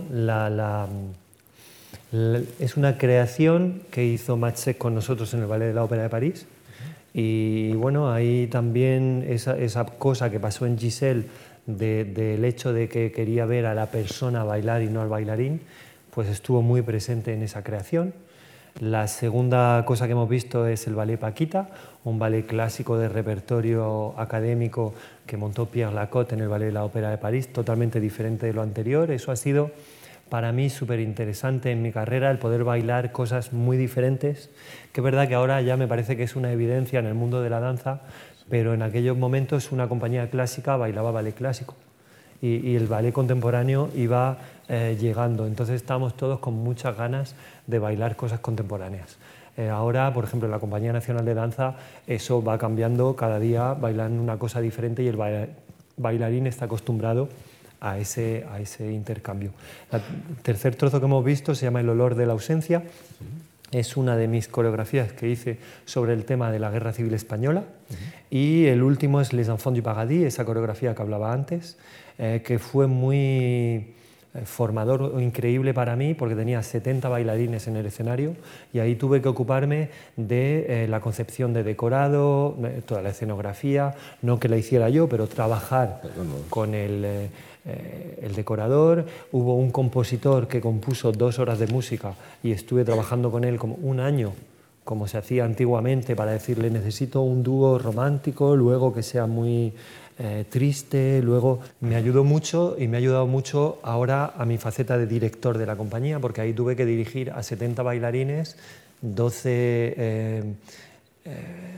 Speaker 2: es una creación que hizo Matzek con nosotros en el Ballet de la Ópera de París. Y bueno, ahí también esa cosa que pasó en Giselle del hecho de que quería ver a la persona bailar y no al bailarín, pues estuvo muy presente en esa creación. La segunda cosa que hemos visto es el ballet Paquita, un ballet clásico de repertorio académico que montó Pierre Lacotte en el Ballet de la Ópera de París, totalmente diferente de lo anterior. Eso ha sido para mí súper interesante en mi carrera, el poder bailar cosas muy diferentes, que es verdad que ahora ya me parece que es una evidencia en el mundo de la danza, pero en aquellos momentos una compañía clásica bailaba ballet clásico y el ballet contemporáneo iba llegando. Entonces estábamos todos con muchas ganas de bailar cosas contemporáneas. Ahora, por ejemplo, en la Compañía Nacional de Danza eso va cambiando, cada día bailan una cosa diferente y el bailarín está acostumbrado a ese intercambio. El tercer trozo que hemos visto se llama El olor de la ausencia. Es una de mis coreografías que hice sobre el tema de la Guerra Civil Española. Y el último es Les Enfants du Paradis, esa coreografía que hablaba antes, que fue muy formador, increíble para mí, porque tenía 70 bailarines en el escenario y ahí tuve que ocuparme de la concepción de decorado, toda la escenografía, no que la hiciera yo, pero trabajar con el decorador. Hubo un compositor que compuso 2 horas de música y estuve trabajando con él como un año, como se hacía antiguamente, para decirle necesito un dúo romántico, luego que sea muy triste. Luego me ayudó mucho y me ha ayudado mucho ahora a mi faceta de director de la compañía, porque ahí tuve que dirigir a 70 bailarines, 12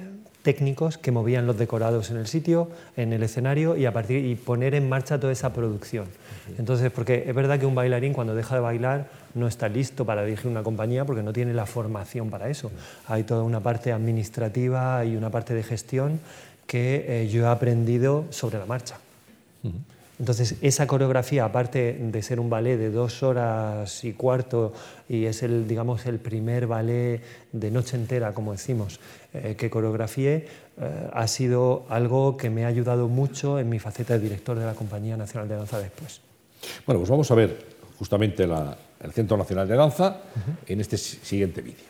Speaker 2: técnicos que movían los decorados en el sitio, en el escenario y poner en marcha toda esa producción. Entonces, porque es verdad que un bailarín cuando deja de bailar no está listo para dirigir una compañía porque no tiene la formación para eso. Hay toda una parte administrativa y una parte de gestión que yo he aprendido sobre la marcha. Entonces, esa coreografía, aparte de ser un ballet de 2 horas y cuarto, y es digamos, el primer ballet de noche entera, como decimos, que coreografié, ha sido algo que me ha ayudado mucho en mi faceta de director de la Compañía Nacional de Danza después.
Speaker 1: Bueno, pues vamos a ver justamente el Centro Nacional de Danza en este siguiente vídeo.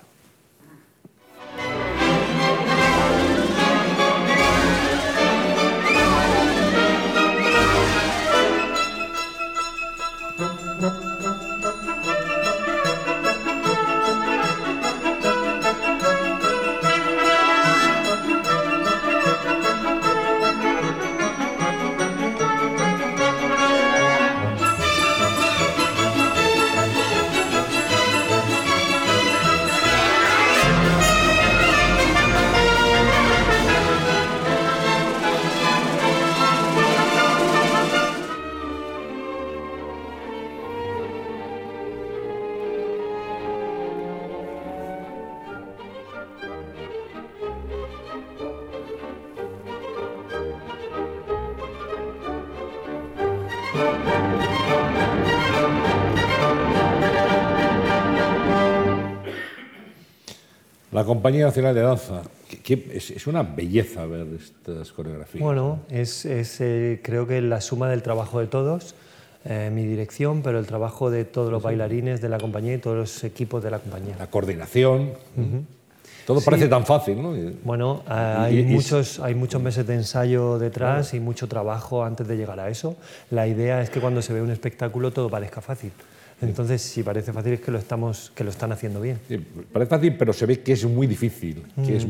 Speaker 1: La Compañía Nacional de Danza, es una belleza ver estas coreografías.
Speaker 2: Bueno, creo que es la suma del trabajo de todos, mi dirección, pero el trabajo de todos los bailarines de la compañía y todos los equipos de la compañía.
Speaker 1: La coordinación, todo parece tan fácil, ¿no?
Speaker 2: Bueno, hay muchos meses de ensayo detrás y mucho trabajo antes de llegar a eso. La idea es que cuando se ve un espectáculo todo parezca fácil. Entonces, si parece fácil es que lo están haciendo bien.
Speaker 1: Sí, parece fácil, pero se ve que es muy difícil,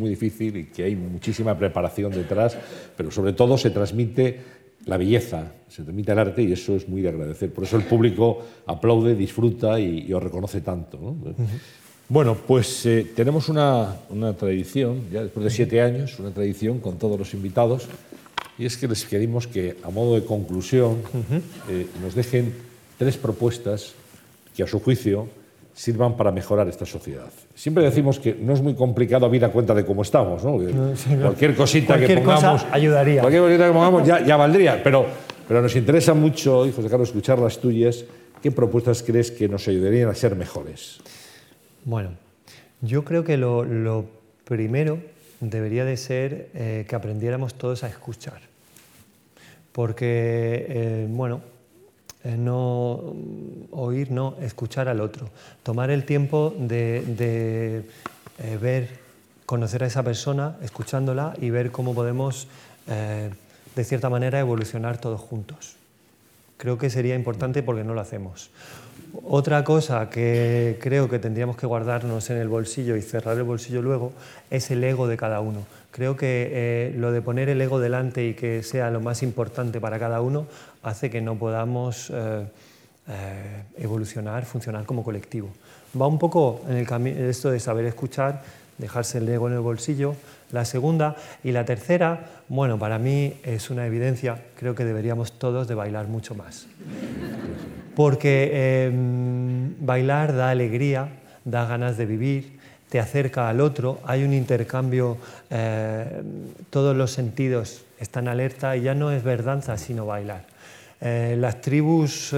Speaker 1: y que hay muchísima preparación detrás, pero sobre todo se transmite la belleza, se transmite el arte y eso es muy de agradecer. Por eso el público aplaude, disfruta y os reconoce tanto, ¿no? Bueno, pues tenemos una tradición, ya después de 7 años, una tradición con todos los invitados, y es que les pedimos que, a modo de conclusión, nos dejen 3 propuestas que a su juicio sirvan para mejorar esta sociedad. Siempre decimos que no es muy complicado habida cuenta de cómo estamos, ¿no? Cualquier cosita que pongamos,
Speaker 2: ayudaría.
Speaker 1: Cualquier cosita que pongamos ya valdría, pero nos interesa mucho, José Carlos, escuchar las tuyas. ¿Qué propuestas crees que nos ayudarían a ser mejores?
Speaker 2: Bueno, yo creo que lo primero debería de ser que aprendiéramos todos a escuchar, porque, no oír, no, escuchar al otro. Tomar el tiempo de ver, conocer a esa persona, escuchándola y ver cómo podemos, de cierta manera, evolucionar todos juntos. Creo que sería importante porque no lo hacemos. Otra cosa que creo que tendríamos que guardarnos en el bolsillo y cerrar el bolsillo luego es el ego de cada uno. Creo que lo de poner el ego delante y que sea lo más importante para cada uno hace que no podamos evolucionar, funcionar como colectivo. Va un poco en el camino esto de saber escuchar, dejarse el ego en el bolsillo. La segunda y la tercera, bueno, para mí es una evidencia, creo que deberíamos todos de bailar mucho más. Porque bailar da alegría, da ganas de vivir, te acerca al otro, hay un intercambio, todos los sentidos están alerta y ya no es ver danza sino bailar. Las tribus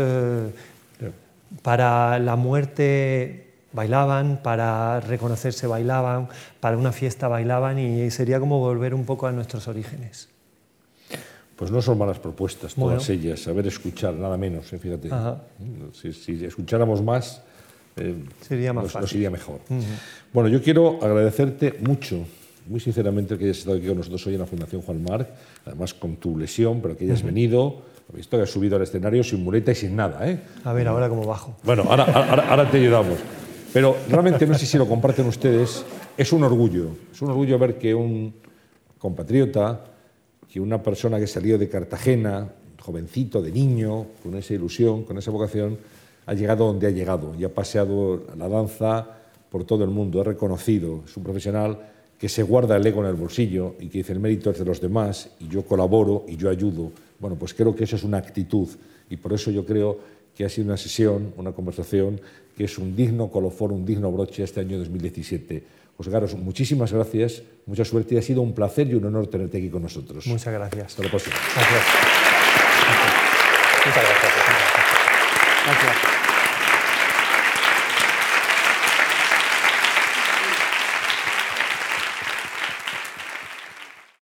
Speaker 2: para la muerte bailaban, para reconocerse bailaban, para una fiesta bailaban y sería como volver un poco a nuestros orígenes.
Speaker 1: Pues no son malas propuestas todas ellas, saber escuchar, nada menos, fíjate. Si escucháramos más,
Speaker 2: sería más fácil.
Speaker 1: Nos iría mejor. Bueno, yo quiero agradecerte mucho, muy sinceramente, que hayas estado aquí con nosotros hoy en la Fundación Juan March, además con tu lesión, pero que hayas venido, he visto que has subido al escenario sin muleta y sin nada, ¿eh?
Speaker 2: A ver, ahora cómo bajo.
Speaker 1: Bueno, ahora te ayudamos. Pero realmente, no sé si lo comparten ustedes, es un orgullo ver que un compatriota, que una persona que salió de Cartagena, jovencito, de niño, con esa ilusión, con esa vocación, ha llegado donde ha llegado y ha paseado la danza por todo el mundo, ha reconocido, es un profesional que se guarda el ego en el bolsillo y que dice el mérito es de los demás y yo colaboro y yo ayudo. Bueno, pues creo que eso es una actitud y por eso yo creo que ha sido una sesión, una conversación que es un digno colofón, un digno broche este año 2017. José Carlos, muchísimas gracias, mucha suerte y ha sido un placer y un honor tenerte aquí con nosotros.
Speaker 2: Muchas gracias.
Speaker 1: Hasta la próxima.
Speaker 2: Gracias. Muchas gracias.
Speaker 3: Gracias.